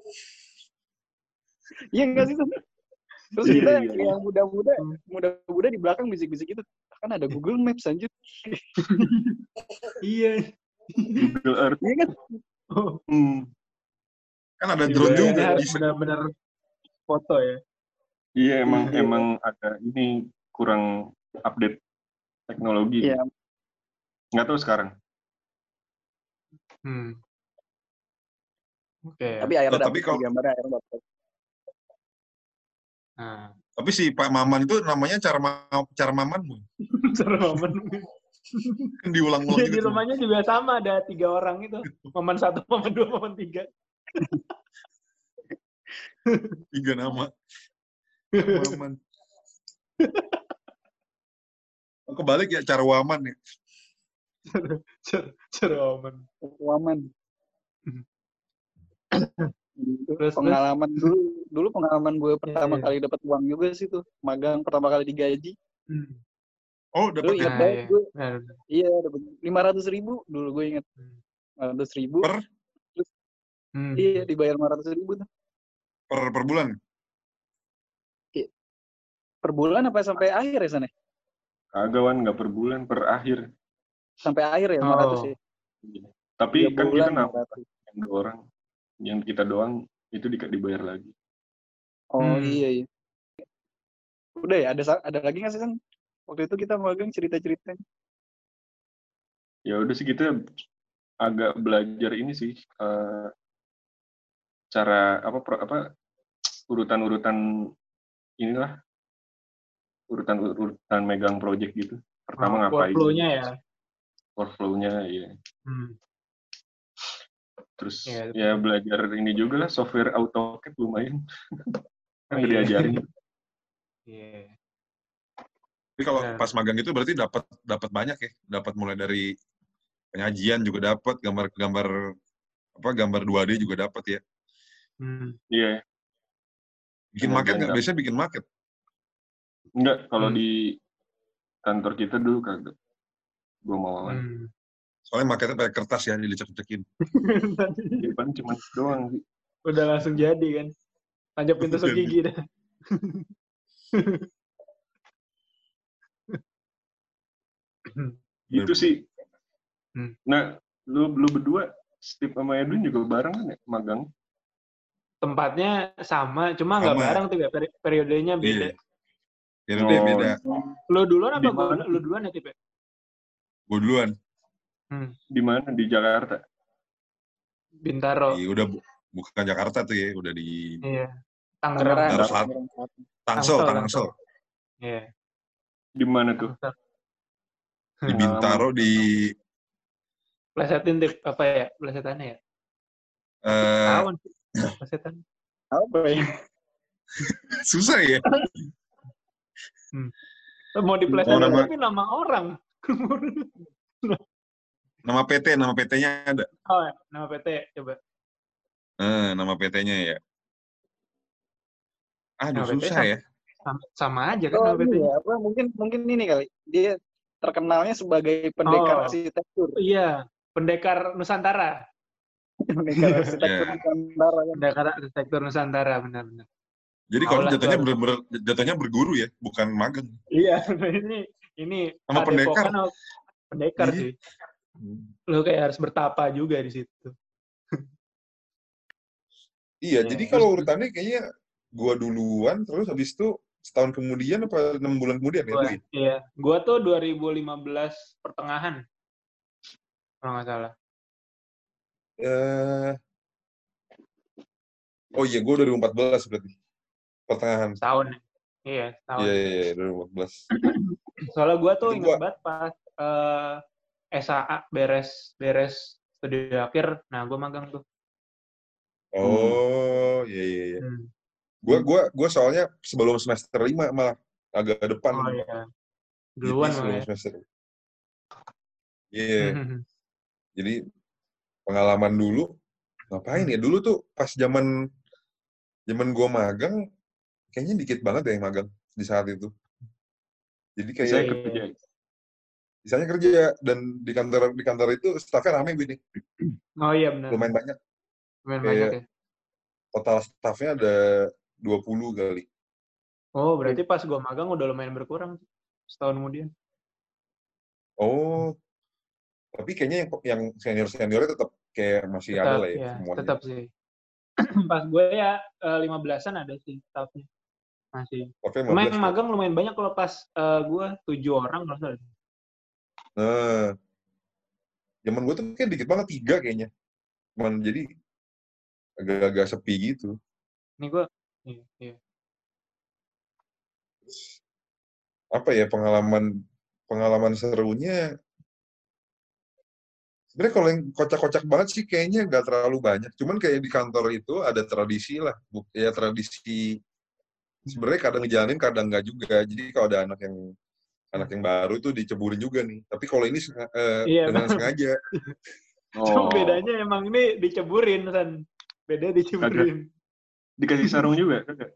Iya nggak sih? Terus Iya, kita iya. yang muda-muda muda-muda di belakang bisik-bisik gitu, kan ada Google Maps anjir. Iya. Google Earth. Iya kan? Oh, Hmm. Kan ada jadi drone ini juga harus bisa. benar-benar foto ya. Iya, emang Iya. emang ada ini kurang update teknologi. Iya. Nggak tahu sekarang. Hmm. Oke. Tapi akhirnya Oh, tapi dapat kalau- gambarnya akhirnya dapat. Nah, Tapi si Pak Maman itu namanya cara ma- cara Maman Bu. seru momen. Kan diulang-ulang Iya, gitu. di tuh. rumahnya juga sama, ada tiga orang itu. Momen satu, momen dua, momen tiga. Tiga nama. Pak Maman. Oh, kebalik ya cara Waman ya. Seru, seru momen. Waman. Terus, Pengalaman dulu dulu pengalaman gue pertama Iya. kali dapat uang juga sih tuh, magang pertama kali digaji. Hmm. Oh, Dulu dapat ingat Nah, banget iya. gue, Nah, benar. iya dapat lima ratus ribu dulu gue ingat. Hmm. lima ratus ribu. per Hmm. Iya dibayar lima ratus ribu tuh. per per bulan. Per bulan apa sampai akhir ya sana? Kagak, Wan, nggak per bulan, per akhir. Sampai akhir ya lima ratus Oh. ya. Iya. Tapi Tiga kan bulan, kita nambah lima ratus. yang dua orang, yang kita doang itu di- dibayar lagi. Oh Hmm. iya iya. Udah ya, ada sa- ada lagi nggak sih San? Waktu itu kita magang cerita-ceritanya. Ya udah sih kita agak belajar ini sih uh, cara apa pro, apa urutan-urutan inilah urutan-urutan megang project gitu. Pertama Oh, ngapain? workflow-nya ya. Workflow-nya ya. Hmm. Terus Ya, ya belajar ini juga lah software AutoCAD lumayan. Kan Oh, nggak iya. diajarin. Iya. Tapi kalau Benar. pas magang itu berarti dapat dapat banyak ya, dapat mulai dari penyajian juga dapat, gambar-gambar apa gambar dua D juga dapat ya. Hmm. Iya. Bikin Penyajian market nggak? dapat. Biasanya bikin market. Enggak, kalau Hmm. di kantor kita dulu kagak. Gue mau awan. Hmm. Soalnya marketnya pakai kertas ya, dilecek-lecekin. Ya paling cuma doang sih. Udah langsung jadi kan. Tancap pintu Udah. gigi dah. Gitu sih. Hmm. Nah, lu lu berdua Steve sama Edwin juga bareng kan ya magang? Tempatnya sama, cuma nggak Sama. bareng tuh ya, peri- periodenya beda. Iya. Beda, Oh. beda. Lu duluan apa Di gua mana? lu duluan ya, Tipe? Gue duluan. Hmm. Di mana? Di Jakarta. Bintaro. Iya, udah bu- bukan Jakarta tuh ya, udah di Iya. Tangerang. Taruh saat Tangsel, Tangsel, Tangsel. Iya. Di mana tuh? Tangsel. Di Bintaro di Plesetin Tip apa ya? Plesetannya ya? eh Tahun sih. Plesetan. Apa ya? susah ya. Mau diplesetin Oh, nama- tapi nama orang. Nama P T, nama P T-nya ada. Oh, nama P T coba. Eh, nama P T-nya ya. Aduh, Nama P T susah sama, ya. sama, sama aja kan Oh nama P T-nya. iya, apa mungkin mungkin ini kali. Dia terkenalnya sebagai pendekar Oh. arsitektur. Iya, Pendekar Nusantara. Pendekar arsitektur Iya. Nusantara kan. Pendekar Arsitektur Nusantara, benar-benar. Jadi kalau Aulah jatuhnya tuh. ber, ber- jatuhnya berguru ya, bukan magang. Iya, ini ini Sama pendekar. padepokan sama pendekar Iya. sih. Lu kayak harus bertapa juga di situ. Iya, Iya. jadi kalau urutannya kayaknya gua duluan, terus habis itu setahun kemudian apa enam bulan kemudian ya? Gua, lu ya? iya, gua tuh dua ribu lima belas pertengahan. Kalau nggak salah. Eh, oh iya, gua dua ribu empat belas berarti. Pertengahan. Setahun. Iya, setahun. Iya, iya, iya, dua ribu empat belas. Soalnya gua tuh Itu inget gua- banget pas eh, S A A beres beres studi akhir, nah gua magang tuh. Oh, iya, iya, iya. Hmm. Gua, gua, gua soalnya sebelum semester lima malah agak depan. Oh iya. Jadi Duluan sebelum malah ya. semester. Iya, Hmm. jadi pengalaman dulu ngapain ya? Dulu tuh pas zaman zaman gua magang kayaknya dikit banget ya yang magang di saat itu. Jadi kayak Saya Iya. kerja. misalnya kerja dan di kantor di kantor itu staffnya rame gue nih. Oh iya benar. Lumayan banyak. Lumayan Kayak- banyak ya. Total staffnya ada dua puluh kali. Oh, berarti pas gua magang udah lumayan berkurang tuh, setahun kemudian. Oh. Tapi kayaknya yang yang senior-seniornya tetap kayak masih ada lah ya, ya, semuanya. tetap sih. Pas gue ya eh, lima belasan ada sih staffnya. Masih. Tapi Cuma lima belas yang ya. magang lumayan banyak kalau pas eh, gue tujuh orang kalau nggak salah. Nah, zaman gue tuh kayak dikit banget, tiga kayaknya. Cuman jadi agak-agak sepi gitu. Ini gue, iya, iya. Apa ya pengalaman pengalaman serunya? Sebenarnya kalau yang kocak-kocak banget sih kayaknya nggak terlalu banyak. Cuman kayak di kantor itu ada tradisi lah, Bu- ya tradisi. Sebenarnya kadang ngejalanin, kadang nggak juga. Jadi kalau ada anak yang anak yang baru itu diceburin juga nih. Tapi kalau ini senga- eh, Iya, dengan Bang. sengaja. Cuma Oh, bedanya emang ini diceburin kan. Beda diceburin. dikasih sarung juga kagak?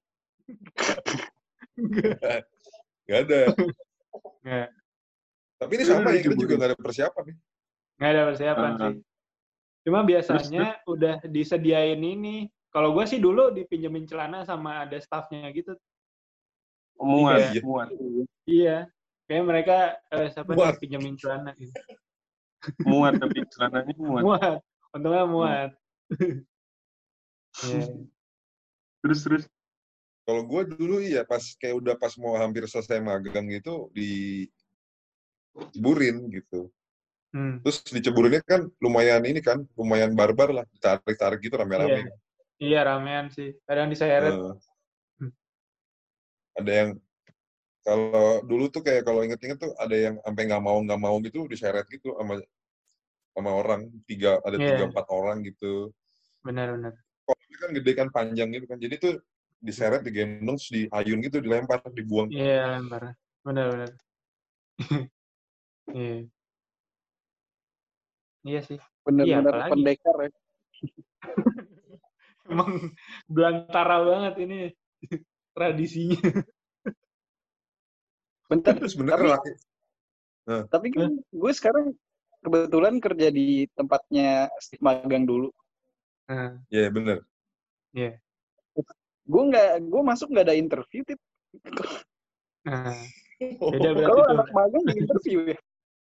Enggak. Nggak ada. Nggak. Tapi ini Itu sama ya, kita diceburin. juga nggak ada persiapan nih. Nggak ada persiapan Ah. sih. Cuma biasanya udah disediain ini. Kalau gue sih dulu dipinjemin celana sama ada staffnya gitu. Muat, Iya. muat. Iya. Kayak mereka eh, siapa nih Muat. pinjemin celana gitu. Muat, tapi celananya muat. Muat. Untungnya muat. Iya. Terus, terus. Kalau gue dulu iya pas kayak udah pas mau hampir selesai magang gitu di ceburin gitu. Hmm. Terus diceburinnya kan lumayan ini kan, lumayan barbar lah, tarik-tarik gitu rame-rame. Iya. Iya, ramean sih. Kadang diseret. Uh, Hmm. ada yang kalau dulu tuh kayak kalau inget-inget tuh ada yang sampai nggak mau nggak mau gitu diseret gitu sama sama orang tiga ada Iya. tiga empat orang gitu. Benar-benar. Kolomnya kan gede kan panjang gitu kan, jadi tuh diseret digendong terus diayun gitu dilempar dibuang. Iya, lempar. Benar-benar. Iya. Iya sih. Iya, Bener-bener apalagi. pendekar ya. Emang belantara banget ini tradisinya. Bentar, Terus bener tapi laki. Nah. tapi kan gue sekarang kebetulan kerja di tempatnya Steve magang dulu. Nah, Iya yeah, bener. iya. Gue nggak, gue masuk nggak ada interview, Tip. Nah, beda berarti Kalau tuh. anak magang di interview ya.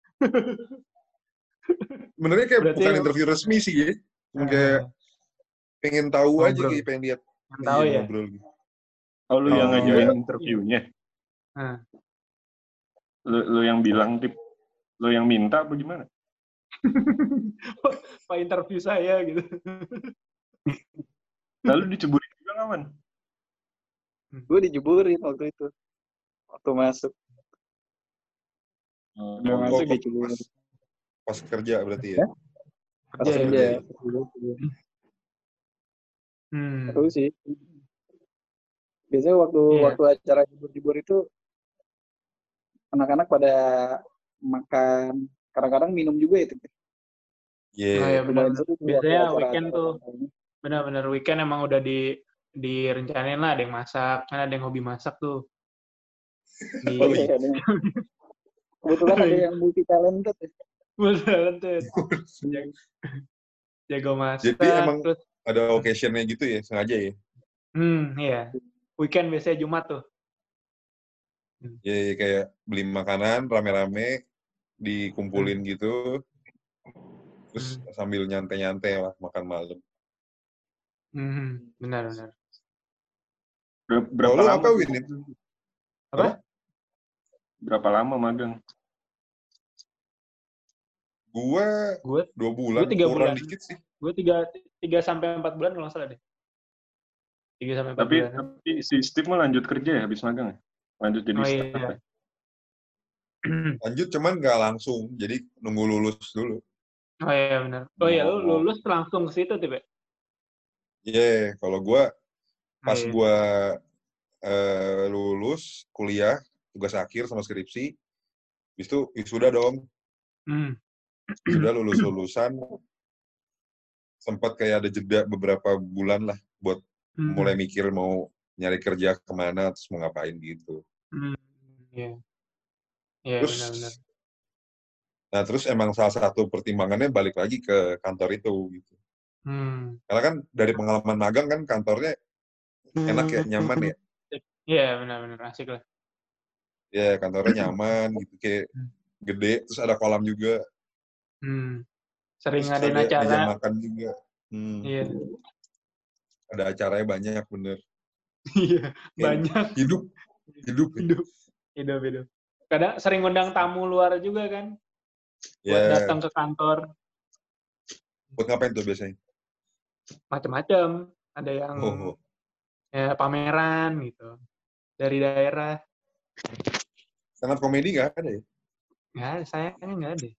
Sebenarnya kayak Berarti bukan yang- interview resmi sih ya. Cuma Nah, kayak pengen tahu aja ngobrol. kayak pengen lihat Yang tahu iya, ya. ngobrol gitu. Oh, lu yang Oh. ngajain interviewnya? Nah. Lu, lu yang bilang, Tip, lu yang minta apa gimana? Pak interview saya gitu. Lalu diceburin juga kawan? Gue dijeburin waktu itu. Waktu masuk. Oh, Udah Oh, masuk pas, dijeburin. pas kerja berarti ya. Pas Kerja ya. kerja. Hmm. Terus sih. Biasanya waktu Iya. waktu acara jebur-jebur itu anak-anak pada makan, kadang-kadang minum juga itu. Iya. Oh, ya, benar. Lumayan seru tuh Biasanya waktu weekend acara-acara tuh. santai ini. Benar-benar weekend emang udah di direncanain lah, ada yang masak, kan ada yang hobi masak tuh. Di Oh, iya. Iya, ada yang- Kebetulan ada yang multi talented ya. talented. Jago masak. Jadi emang terus ada occasion-nya gitu ya, sengaja ya. hmm, iya. Weekend biasanya Jumat tuh. Ya, ya kayak beli makanan rame-rame dikumpulin Hmm. gitu. Terus Hmm. sambil nyantai-nyantai lah makan malam. Hmm, benar-benar. Ber- berapa Kalau lu lama? apa, Win? Apa? Berapa lama magang? Gua Gue dua bulan, Gua tiga kurang bulan. dikit sih. gue tiga tiga sampai empat bulan kalau nggak salah deh. Tiga sampai empat Tapi, bulan. tapi si Steve mah lanjut kerja ya habis magang ya? Lanjut jadi Oh staff iya. ya? Lanjut cuman nggak langsung, jadi nunggu lulus dulu. Oh iya benar. Oh iya, lu Oh. lulus langsung ke situ tiba. Iya, yeah, kalau gua pas Oh, iya. gua eh, lulus kuliah, tugas akhir sama skripsi, habis itu wisuda dong. Hmm. Sudah lulus-lulusan, sempat kayak ada jeda beberapa bulan lah buat Hmm. mulai mikir mau nyari kerja kemana, terus mau ngapain gitu. Hmm. Iya. Iya Terus, benar-benar. nah terus emang salah satu pertimbangannya balik lagi ke kantor itu gitu. Hmm. Karena kan dari pengalaman magang kan kantornya enak ya, nyaman ya. Iya benar-benar asik lah. Ya kantornya nyaman gitu, kayak gede, terus ada kolam juga. Hmm. Sering Terus ngadain ada acara. meja makan juga. Hmm. Iya. Ada acaranya banyak bener. Iya, Kayak banyak. Hidup, hidup. Ya. Hidup. Hidup, hidup. Kadang sering ngundang tamu luar juga kan. Buat Ya, datang ke kantor. buat ngapain tuh biasanya? Macam-macam. Ada yang Oh, oh. ya, pameran gitu. Dari daerah. Stand up komedi nggak ada ya? Nggak ada, sayangnya nggak ada.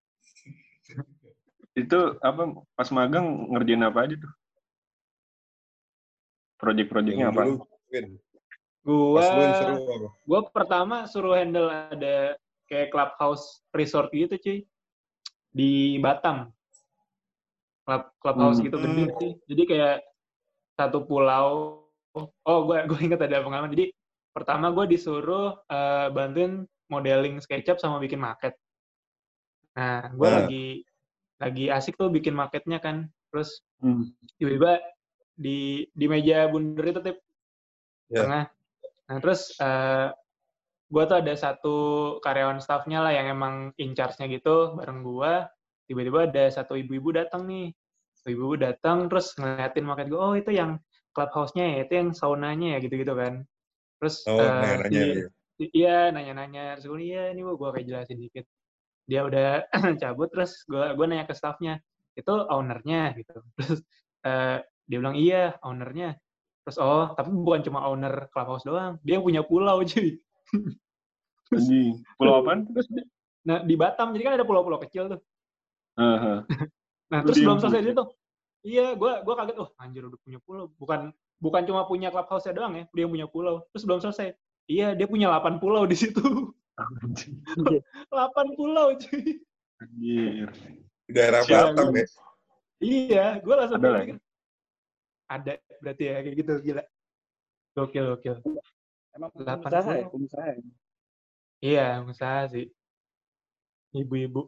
Itu apa pas magang ngerjain apa aja tuh? Project-projectnya Yang apa? dulu, Win. Gua, Pas lu yang seru apa? gua pertama suruh handle ada kayak clubhouse resort gitu cuy. Di Batam. Club, clubhouse Hmm. gitu gede sih. Jadi kayak satu pulau. Oh, gue gue inget ada pengalaman. Jadi pertama gue disuruh uh, bantuin modeling SketchUp sama bikin market. Nah, gue Nah. lagi lagi asik tuh bikin marketnya kan. Terus Hmm. tiba-tiba di di meja bundar itu tip Yeah. tengah. Nah, terus uh, gue tuh ada satu karyawan staffnya lah yang emang in charge-nya gitu bareng gue. Tiba-tiba ada satu ibu-ibu datang nih. Ibu-ibu datang terus ngeliatin market gue. Oh, itu yang clubhouse-nya ya, itu yang saunanya ya gitu-gitu kan. Terus Oh, uh, nanya-nanya. si, Ya. si, iya nanya-nanya. Terus gue, iya ini bu, gue kayak jelasin dikit. dia udah cabut, terus gue gue nanya ke staffnya, itu ownernya gitu. Terus uh, dia bilang iya ownernya. Terus oh tapi bukan cuma owner Clubhouse doang, dia yang punya pulau cuy. Terus, Anjing, pulau apaan? Terus nah di Batam, jadi kan ada pulau-pulau kecil tuh. Uh-huh. Nah Lu terus dia belum yang selesai punya. itu, iya gue gue kaget, oh anjir udah punya pulau, bukan bukan cuma punya Clubhouse-nya doang ya, dia yang punya pulau. Terus belum selesai, iya dia punya delapan pulau di situ. Anjing. delapan pulau cuy. Anjir. Di daerah Gila, Batam gua- ya. Iya, gue langsung Ada lah mikir, ada berarti ya kayak gitu, gila. Gokil, gokil. Emang delapan pengusaha ya, pulau. pengusaha ya. Iya, usaha sih. Ibu-ibu.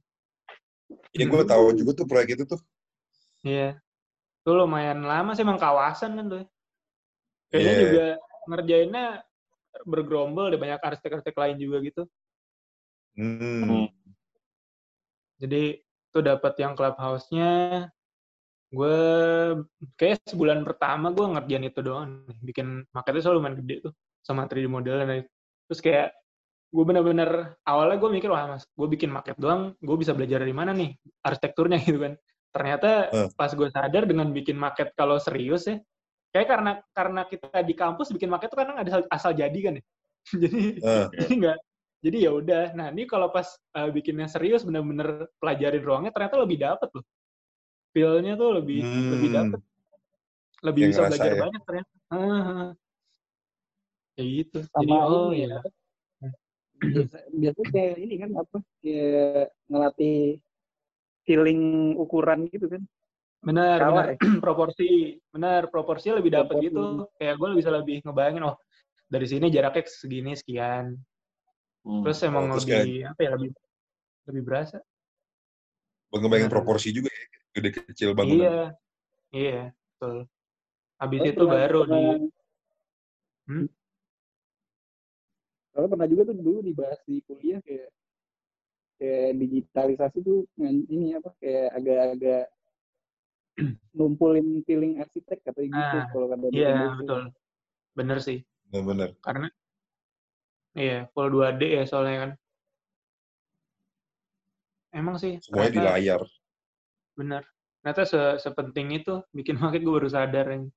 Ya gue tahu juga tuh proyek itu tuh. Iya. Itu lumayan lama sih, emang kawasan kan tuh. Kayaknya Iya. juga ngerjainnya bergerombol, ada banyak arsitek-arsitek lain juga gitu. Hmm. Jadi itu dapat yang Clubhouse-nya, gue kayak sebulan pertama gue ngerjain itu doang. Bikin marketnya selalu lumayan gede tuh, sama tiga D modelan. Terus kayak gue bener-bener awalnya gue mikir, wah mas, gue bikin market doang, gue bisa belajar dari mana nih arsitekturnya gitu kan. Ternyata Uh. pas gue sadar dengan bikin market kalau serius ya, kayak karena karena kita di kampus bikin market itu kadang ada asal jadi kan ya. jadi Uh. jadi nggak jadi ya udah. Nah ini kalau pas uh, bikinnya serius, bener-bener pelajarin ruangnya, ternyata lebih dapet loh. Feel-nya tuh lebih Hmm. lebih dapet, lebih Yang bisa ngerasa belajar ya. banyak ternyata. Uh, kayak gitu. Sama Jadi oh ini ya. apa, biasa biasanya kayak ini kan apa, kayak ngelatih feeling ukuran gitu kan. Benar, Skala benar. ya. Proporsi, benar, proporsinya lebih dapet Proporsi. gitu. Kayak gue bisa lebih ngebayangin, oh dari sini jaraknya segini sekian. Hmm. Terus emang Oh, terus lebih kayak apa ya, lebih lebih berasa. ngebayangin Benar. proporsi juga ya, gede kecil bangunan. Iya, iya, betul. Habis Oh, itu pernah, baru pernah, di. Hmm? Kalau pernah juga tuh dulu dibahas di kuliah kayak kayak digitalisasi tuh ini apa kayak agak-agak numpulin feeling arsitek katanya gitu Ah, kalau kata iya dosen-dosen. betul, bener sih. Benar-benar. Karena iya full dua D ya soalnya kan. Emang sih. Semuanya di ternyata, layar. Bener. Ternyata se sepenting itu bikin market, gue baru sadar yang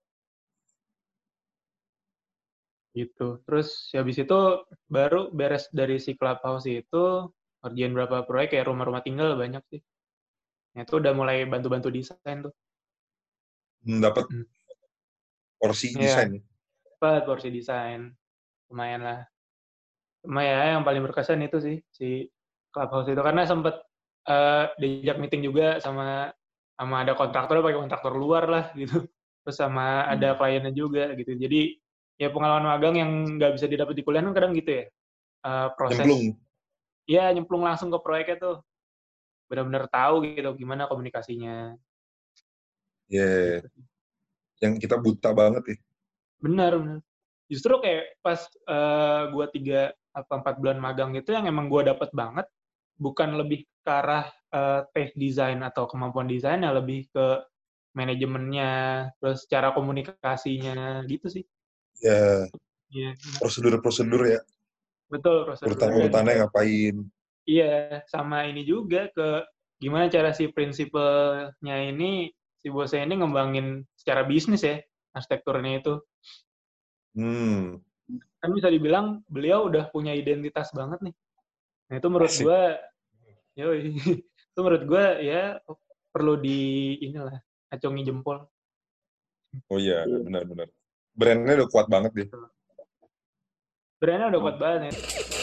gitu. Terus habis itu baru beres dari si Clubhouse itu, ngerjain berapa proyek kayak rumah-rumah tinggal banyak sih. Nah, itu udah mulai bantu-bantu desain tuh. Hmm, dapat Hmm. porsi Iya, desain. dapat porsi desain. Lumayan lah. Cuma ya yang paling berkesan itu sih, si Clubhouse itu. Karena sempet uh, diajak meeting juga sama sama ada kontraktor, pakai kontraktor luar lah gitu. Terus sama ada kliennya juga gitu. Jadi ya pengalaman magang yang nggak bisa didapat di kuliah kan kadang gitu ya. Uh, proses. Nyemplung. Iya, nyemplung langsung ke proyeknya tuh. Benar-benar tahu gitu gimana komunikasinya. Ya, yeah. Gitu. Yang kita buta banget ya. Benar, benar. Justru kayak pas uh, gue tiga atau empat bulan magang itu yang emang gue dapet banget, bukan lebih ke arah uh, tech design atau kemampuan desainnya, lebih ke manajemennya, terus cara komunikasinya gitu sih. Ya, Iya. prosedur-prosedur ya. Betul, prosedur. Urutan-urutannya ngapain. Iya, sama ini juga ke gimana cara si prinsipalnya ini, si bosnya ini ngembangin secara bisnis ya, arsitekturnya itu. Hmm. Kan bisa dibilang beliau udah punya identitas banget nih. Nah itu menurut gue, yoi, itu menurut gue ya perlu di inilah acungi jempol. Oh iya, benar-benar. Brandnya udah kuat banget deh. Brandnya udah kuat banget.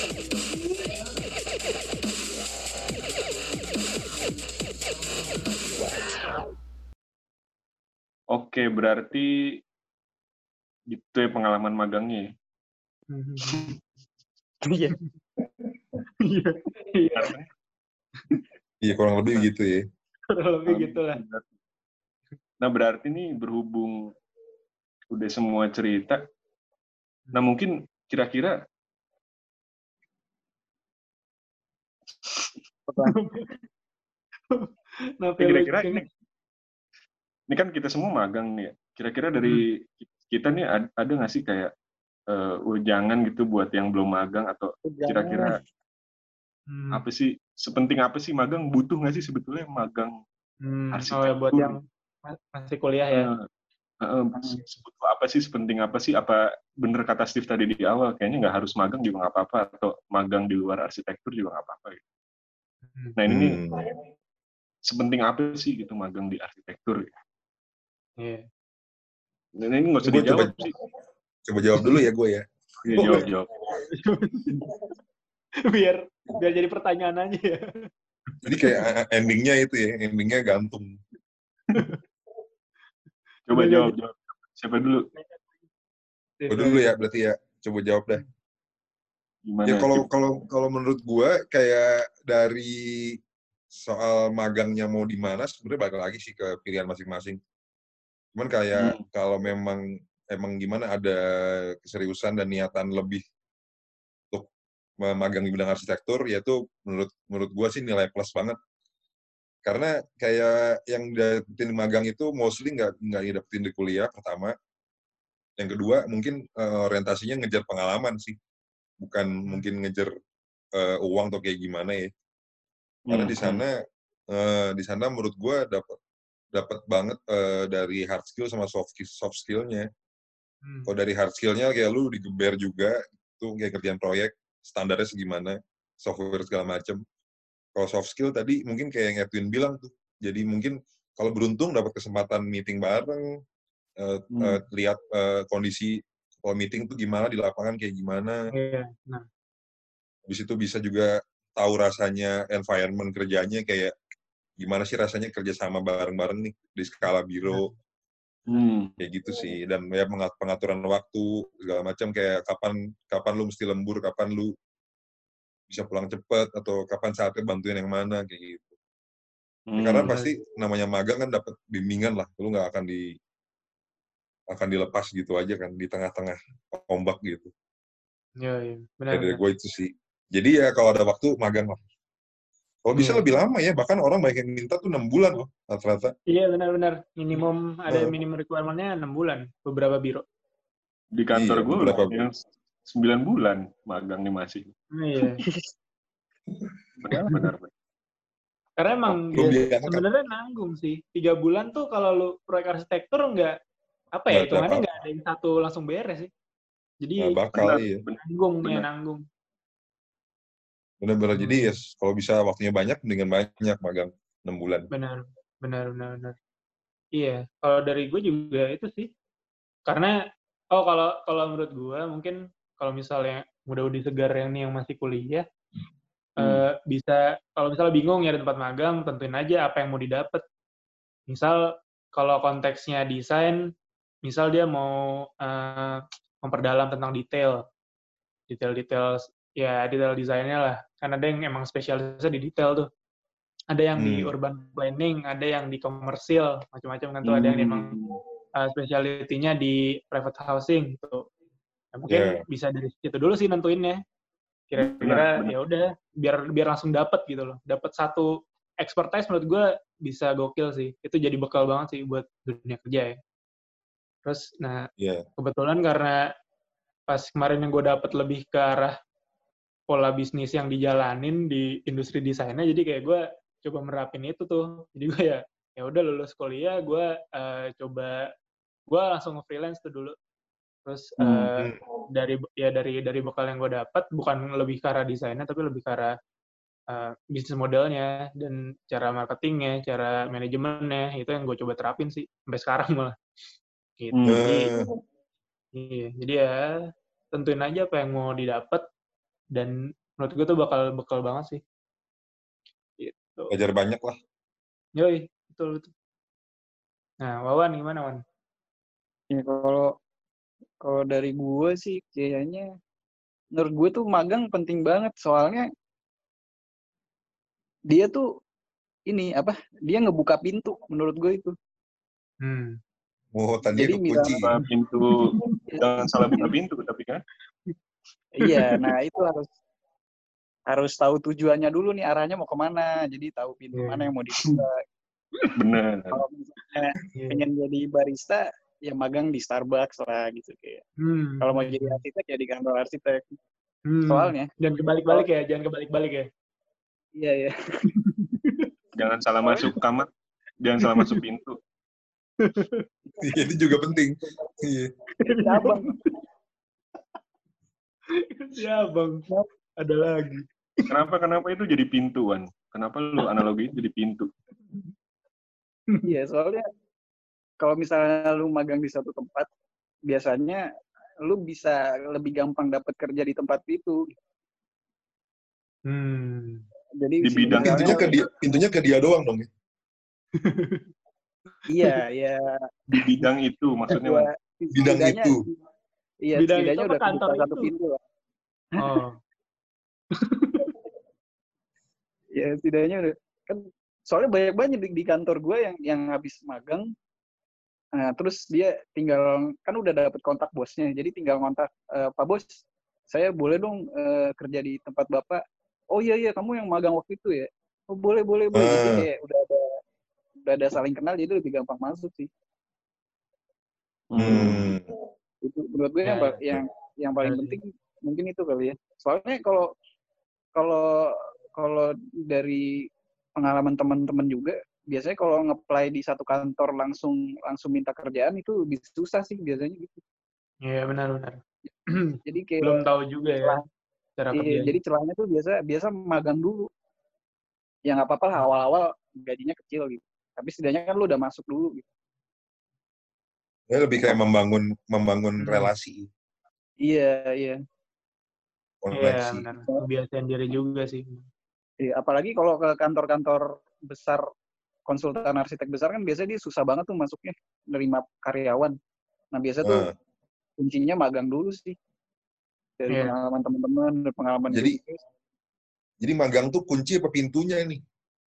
Oke, berarti gitu ya pengalaman magangnya. Iya. Iya. Iya. Iya, kurang lebih gitu ya. Kurang lebih gitu lah. Nah, berarti nih berhubung udah semua cerita, nah mungkin kira-kira nah, kira-kira ini, ini kan kita semua magang nih. Kira-kira dari hmm. kita nih ada, ada nggak sih kayak uh, jangan gitu buat yang belum magang atau kira-kira hmm. apa sih sepenting apa sih magang? Butuh nggak sih sebetulnya magang Hmm, oh arsitektur? ya buat yang masih kuliah ya. Uh, uh, sebutuh apa sih, sepenting apa sih? Apa bener kata Steve tadi di awal, kayaknya nggak harus magang juga nggak apa-apa, atau magang di luar arsitektur juga nggak apa-apa. Gitu. Nah ini nih, Hmm. sepenting apa sih gitu magang di arsitektur? Iya. Nah, ini nggak usah Gue dijawab coba, sih. coba jawab dulu ya gue ya. Iya, jawab, jawab. biar biar jadi pertanyaan aja ya. Jadi kayak endingnya itu ya, endingnya gantung. Coba jawab, jawab. Siapa dulu? Gue dulu ya, berarti ya. Coba jawab dah. Gimana? Ya kalau kalau kalau menurut gue kayak dari soal magangnya mau di mana sebenarnya balik lagi sih ke pilihan masing-masing. Cuman kayak hmm. kalau memang emang gimana ada keseriusan dan niatan lebih untuk magang di bidang arsitektur, yaitu menurut menurut gue sih nilai plus banget. Karena kayak yang dapetin magang itu mostly nggak nggak dapetin di kuliah pertama. Yang kedua mungkin uh, orientasinya ngejar pengalaman sih, bukan hmm. mungkin ngejar uh, uang atau kayak gimana ya. Karena hmm. di sana uh, di sana menurut gue dapat dapat banget uh, dari hard skill sama soft soft skillnya. Hmm. Kalau dari hard skillnya kayak lu digeber juga, tuh kayak kerjaan proyek standarnya segimana, software segala macem. Kalau soft skill tadi mungkin kayak yang Edwin bilang tuh, jadi mungkin kalau beruntung dapat kesempatan meeting bareng, uh, hmm. uh, lihat uh, kondisi kalau meeting tuh gimana di lapangan kayak gimana. Yeah. Nah. Habis itu bisa juga tahu rasanya environment kerjanya kayak gimana sih rasanya kerja sama bareng-bareng nih di skala biro. Hmm. Kayak gitu sih, dan ya pengaturan waktu segala macam, kayak kapan kapan lu mesti lembur, kapan lu bisa pulang cepat, atau kapan saatnya bantuin yang mana kayak gitu. Hmm. Ya, karena pasti namanya magang kan dapat bimbingan lah, lu nggak akan di akan dilepas gitu aja kan di tengah-tengah ombak gitu. Iya, iya. Benar. Ya, dari gue itu sih. Jadi ya kalau ada waktu magang lah. Kalau bisa yeah. lebih lama ya, bahkan orang banyak yang minta tuh enam bulan loh rata-rata. Iya benar-benar, minimum ada uh. minimum requirement-nya enam bulan beberapa biro. Di kantor iya, gue beberapa yang sembilan bulan magang nih masih. Iya. Benar-benar. Karena emang oh, dia sebenarnya nanggung sih. Tiga bulan tuh kalau lu proyek arsitektur nggak apa ya, hitungannya nggak ada yang satu langsung beres sih. Jadi nah, bakal, benar, iya. nanggung benar. ya nanggung. Benar-benar hmm. jadi ya yes, kalau bisa waktunya banyak mendingan banyak magang enam bulan. Benar, benar, benar, benar. Iya, kalau dari gue juga itu sih. Karena oh kalau kalau menurut gue mungkin kalau misalnya muda-mudi segar yang nih yang masih kuliah hmm. uh, bisa kalau misalnya bingung ya di tempat magang, tentuin aja apa yang mau didapat. Misal kalau konteksnya desain, misal dia mau uh, memperdalam tentang detail, detail-detail ya detail desainnya lah. Kan ada yang emang spesialisnya di detail tuh. Ada yang hmm. di urban planning, ada yang di komersil, macam-macam kan tuh. Hmm. Ada yang emang uh, speciality-nya di private housing gitu. Nah, mungkin yeah. bisa dari situ dulu sih nentuinnya. Kira-kira ya udah biar biar langsung dapat gitu loh. Dapat satu expertise menurut gue bisa gokil sih. Itu jadi bekal banget sih buat dunia kerja ya. Terus nah yeah. kebetulan karena pas kemarin yang gue dapat lebih ke arah pola bisnis yang dijalanin di industri desainnya, jadi kayak gue coba merapin itu tuh. Jadi gue ya ya udah lulus kuliah, gue uh, coba gue langsung nge-freelance tuh dulu. Terus hmm. uh, dari ya dari dari bekal yang gue dapat bukan lebih ke arah desainnya, tapi lebih ke arah uh, bisnis modelnya dan cara marketingnya, cara manajemennya, itu yang gue coba terapin sih sampai sekarang malah. Gitu. Hmm. Jadi iya, jadi ya tentuin aja apa yang mau didapat. Dan menurut gue tuh bakal bekal banget sih. Gitu. Belajar banyak lah. Yoi, betul betul. Nah, Wawan gimana, Wan? Ya kalau kalau dari gue sih kayaknya menurut gue tuh magang penting banget, soalnya dia tuh ini apa? Dia ngebuka pintu menurut gue itu. Hmm. Oh, tadi kunci pintu. Jangan salah buka pintu tapi kan. Iya, nah itu harus harus tahu tujuannya dulu nih, arahnya mau kemana, jadi tahu pintu yeah. mana yang mau dibuka. Benar. Kalau misalnya yeah. pengen jadi barista, ya magang di Starbucks lah gitu kayak. Hmm. Kalau mau jadi arsitek ya di kantor arsitek. Hmm. Soalnya. Jangan kebalik-balik ya, jangan kebalik-balik ya. Iya, iya. Jangan salah masuk kamar, jangan salah masuk pintu. Iya, itu juga penting. Iya. Cabang. Ya bang, ada lagi. Kenapa kenapa itu jadi pintuan? Kenapa lu analoginya jadi pintu? Iya, soalnya kalau misalnya lu magang di satu tempat, biasanya lu bisa lebih gampang dapat kerja di tempat itu. Hmm. Jadi Di bidang misalnya, Pintunya ke dia, pintunya ke dia doang dong. Ya? iya, iya. Di bidang itu maksudnya, Ya, Wan. Bidang setidaknya- itu. Iya, Bidang setidaknya itu apa udah kebuka kantor satu itu? pintu lah. Oh. Ya, setidaknya udah. Kan soalnya banyak banget di, di kantor gue yang yang habis magang. Nah, terus dia tinggal, kan udah dapet kontak bosnya, jadi tinggal kontak, e, Pak Bos, saya boleh dong e, kerja di tempat Bapak. Oh iya, iya, kamu yang magang waktu itu ya? Oh boleh, boleh, boleh. Jadi Ah. kayak udah ada udah ada saling kenal, jadi lebih gampang masuk sih. Hmm. Itu menurut gue Ya, yang, ya. yang yang paling Ya, penting mungkin itu kali ya. Soalnya kalau kalau kalau dari pengalaman teman-teman juga, biasanya kalau nge-apply di satu kantor langsung langsung minta kerjaan itu lebih susah sih biasanya gitu. Iya benar-benar. Jadi kayak Belum tahu juga ya celah- cara iya, kerjanya. jadi celahnya tuh biasa biasa magang dulu. Ya nggak apa-apa lah, awal-awal gajinya kecil gitu. Tapi setidaknya kan lu udah masuk dulu gitu. Ya, lebih kayak membangun membangun Hmm. relasi, Iya, iya. Iya koneksi. benar. Kebiasaan diri juga sih. Iya, apalagi kalau ke kantor-kantor besar, konsultan arsitek besar kan biasanya dia susah banget tuh masuknya, nerima karyawan. Nah biasa tuh Ah. kuncinya magang dulu sih. Dari Iya. pengalaman teman-teman, dari pengalaman Jadi- juga. Jadi magang tuh kunci apa pintunya nih?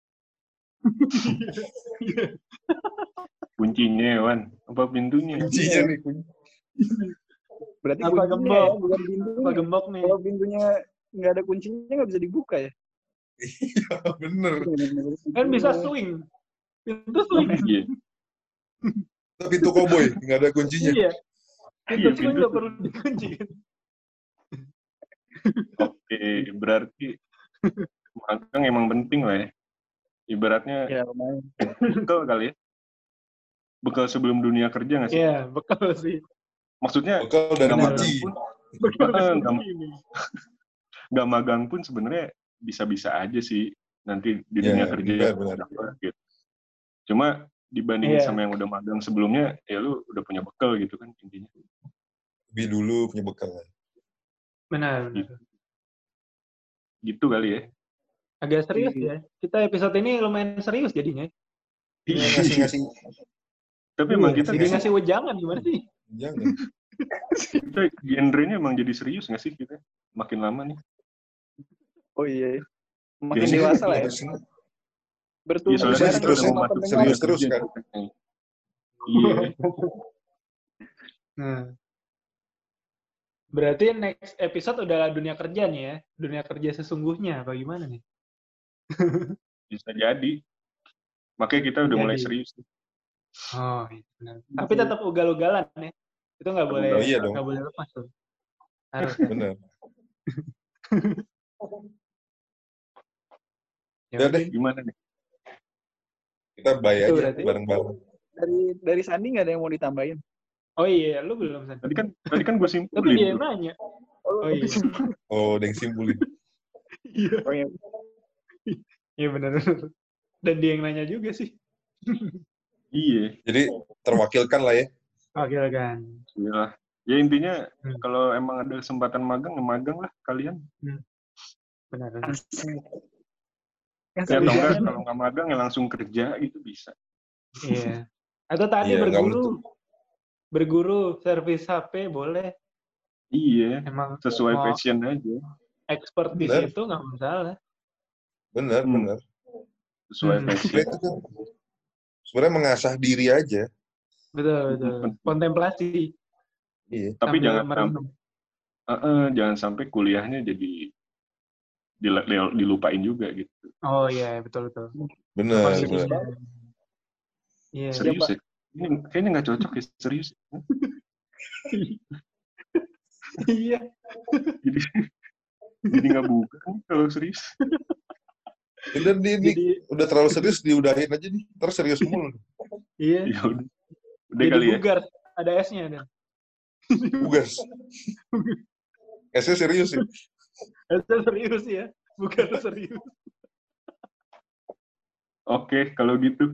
Kuncinya, Wan. Apa pintunya? Kuncinya nih. Kunci. Berarti Apa kuncinya gembok? ya, bukan Apa pintunya. gembok nih? Kalau pintunya nggak ada kuncinya nggak bisa dibuka ya. Iya, bener. Kan bisa swing. Pintu swing. Iya. Pintu koboi, nggak ada kuncinya. Iya. Pintu Iya, swing pintu nggak perlu dikunci kan. Oke, berarti magang emang penting lah ya. Ibaratnya Ya lumayan. bekal kali ya. Bekal sebelum dunia kerja nggak sih? Iya, bekal sih. Maksudnya Bekal dan nggak Benar. magang kunci. pun, Bekal Eh, dari nggak- ini. nggak magang pun sebenarnya bisa-bisa aja sih nanti di Iya, dunia kerja benar, benar. dapat gitu. Cuma dibandingin Iya. sama yang udah magang sebelumnya, ya lu udah punya bekal gitu kan intinya. Lebih dulu punya bekal. Benar, benar. Gitu kali ya. Agak serius Iya. ya. Kita episode ini lumayan serius jadinya. Iya, ngasih-ngasih. Tapi emang Iya, kita jadi ngasih wejangan gimana sih? Jangan. kita genrenya emang jadi serius nggak sih kita makin lama nih? Oh iya. Makin Biasanya dewasa lah ya. Harusnya Bertumbuh Iya, soalnya Terus- bareng terus- sama udah mau masuk pendengar. serius terus kerja. kan. Iya. Nah. Berarti next episode adalah dunia kerja nih ya. Dunia kerja sesungguhnya apa gimana nih? Bisa jadi. Makanya kita udah Jadi. mulai serius. Oh, iya benar. Tapi tetap ugal-ugalan ya. Itu nggak boleh, Oh, iya dong. nggak boleh lepas tuh. Harus ya. bener. Ya Udah udah. deh, Gimana nih? kita bayar Itu aja berarti. bareng-bareng. Dari dari Sandi nggak ada yang mau ditambahin. Oh iya, lu belum San. Tadi kan tadi kan gue Tapi simpulin. dia yang tuh. nanya. Oh, Oh iya. Oh, ada yang simpulin. Iya. Oh, iya. Iya benar. Dan dia yang nanya juga sih. Iya. Jadi terwakilkan lah ya. Oke kan. Iya. Ya intinya Hmm. kalau emang ada kesempatan magang, ya magang lah kalian. Benar. benar. Asik. Ya Asik. atau enggak kalau nggak magang ya langsung kerja gitu bisa. Iya. Atau tadi Iya, nggak berguru. Berguru servis H P boleh. Iya. Emang Sesuai mau passion aja. expert di Benar. situ nggak masalah. Bener, Hmm. bener. Sesuai Hmm. passion. Sebenarnya itu kan sebenarnya mengasah diri aja. Betul, betul. Kontemplasi. Iya. Tapi sambil jangan merenung. Uh, uh, jangan sampai kuliahnya jadi dil- dil- dilupain juga gitu. Oh iya, betul betul. Bener, Pasti bener. sih. Iya. Serius Siapa? ya? Ini kayaknya nggak cocok ya, serius. Iya. Jadi jadi nggak buka nih kalau serius. Udah di, di, Jadi udah terlalu serius diudahin aja nih. Terus serius mulu. iya. Ya udah. Udah Jadi kali ya. bugar, ada S-nya dan. Bugas. S-nya serius sih. S-nya serius ya, bugar serius. Oke, kalau gitu.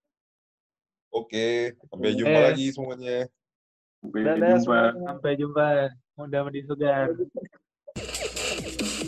Oke, sampai jumpa Eh. lagi semuanya. Sampai Dadah jumpa. semuanya. Sampai jumpa. Mudah-mudahan sugar.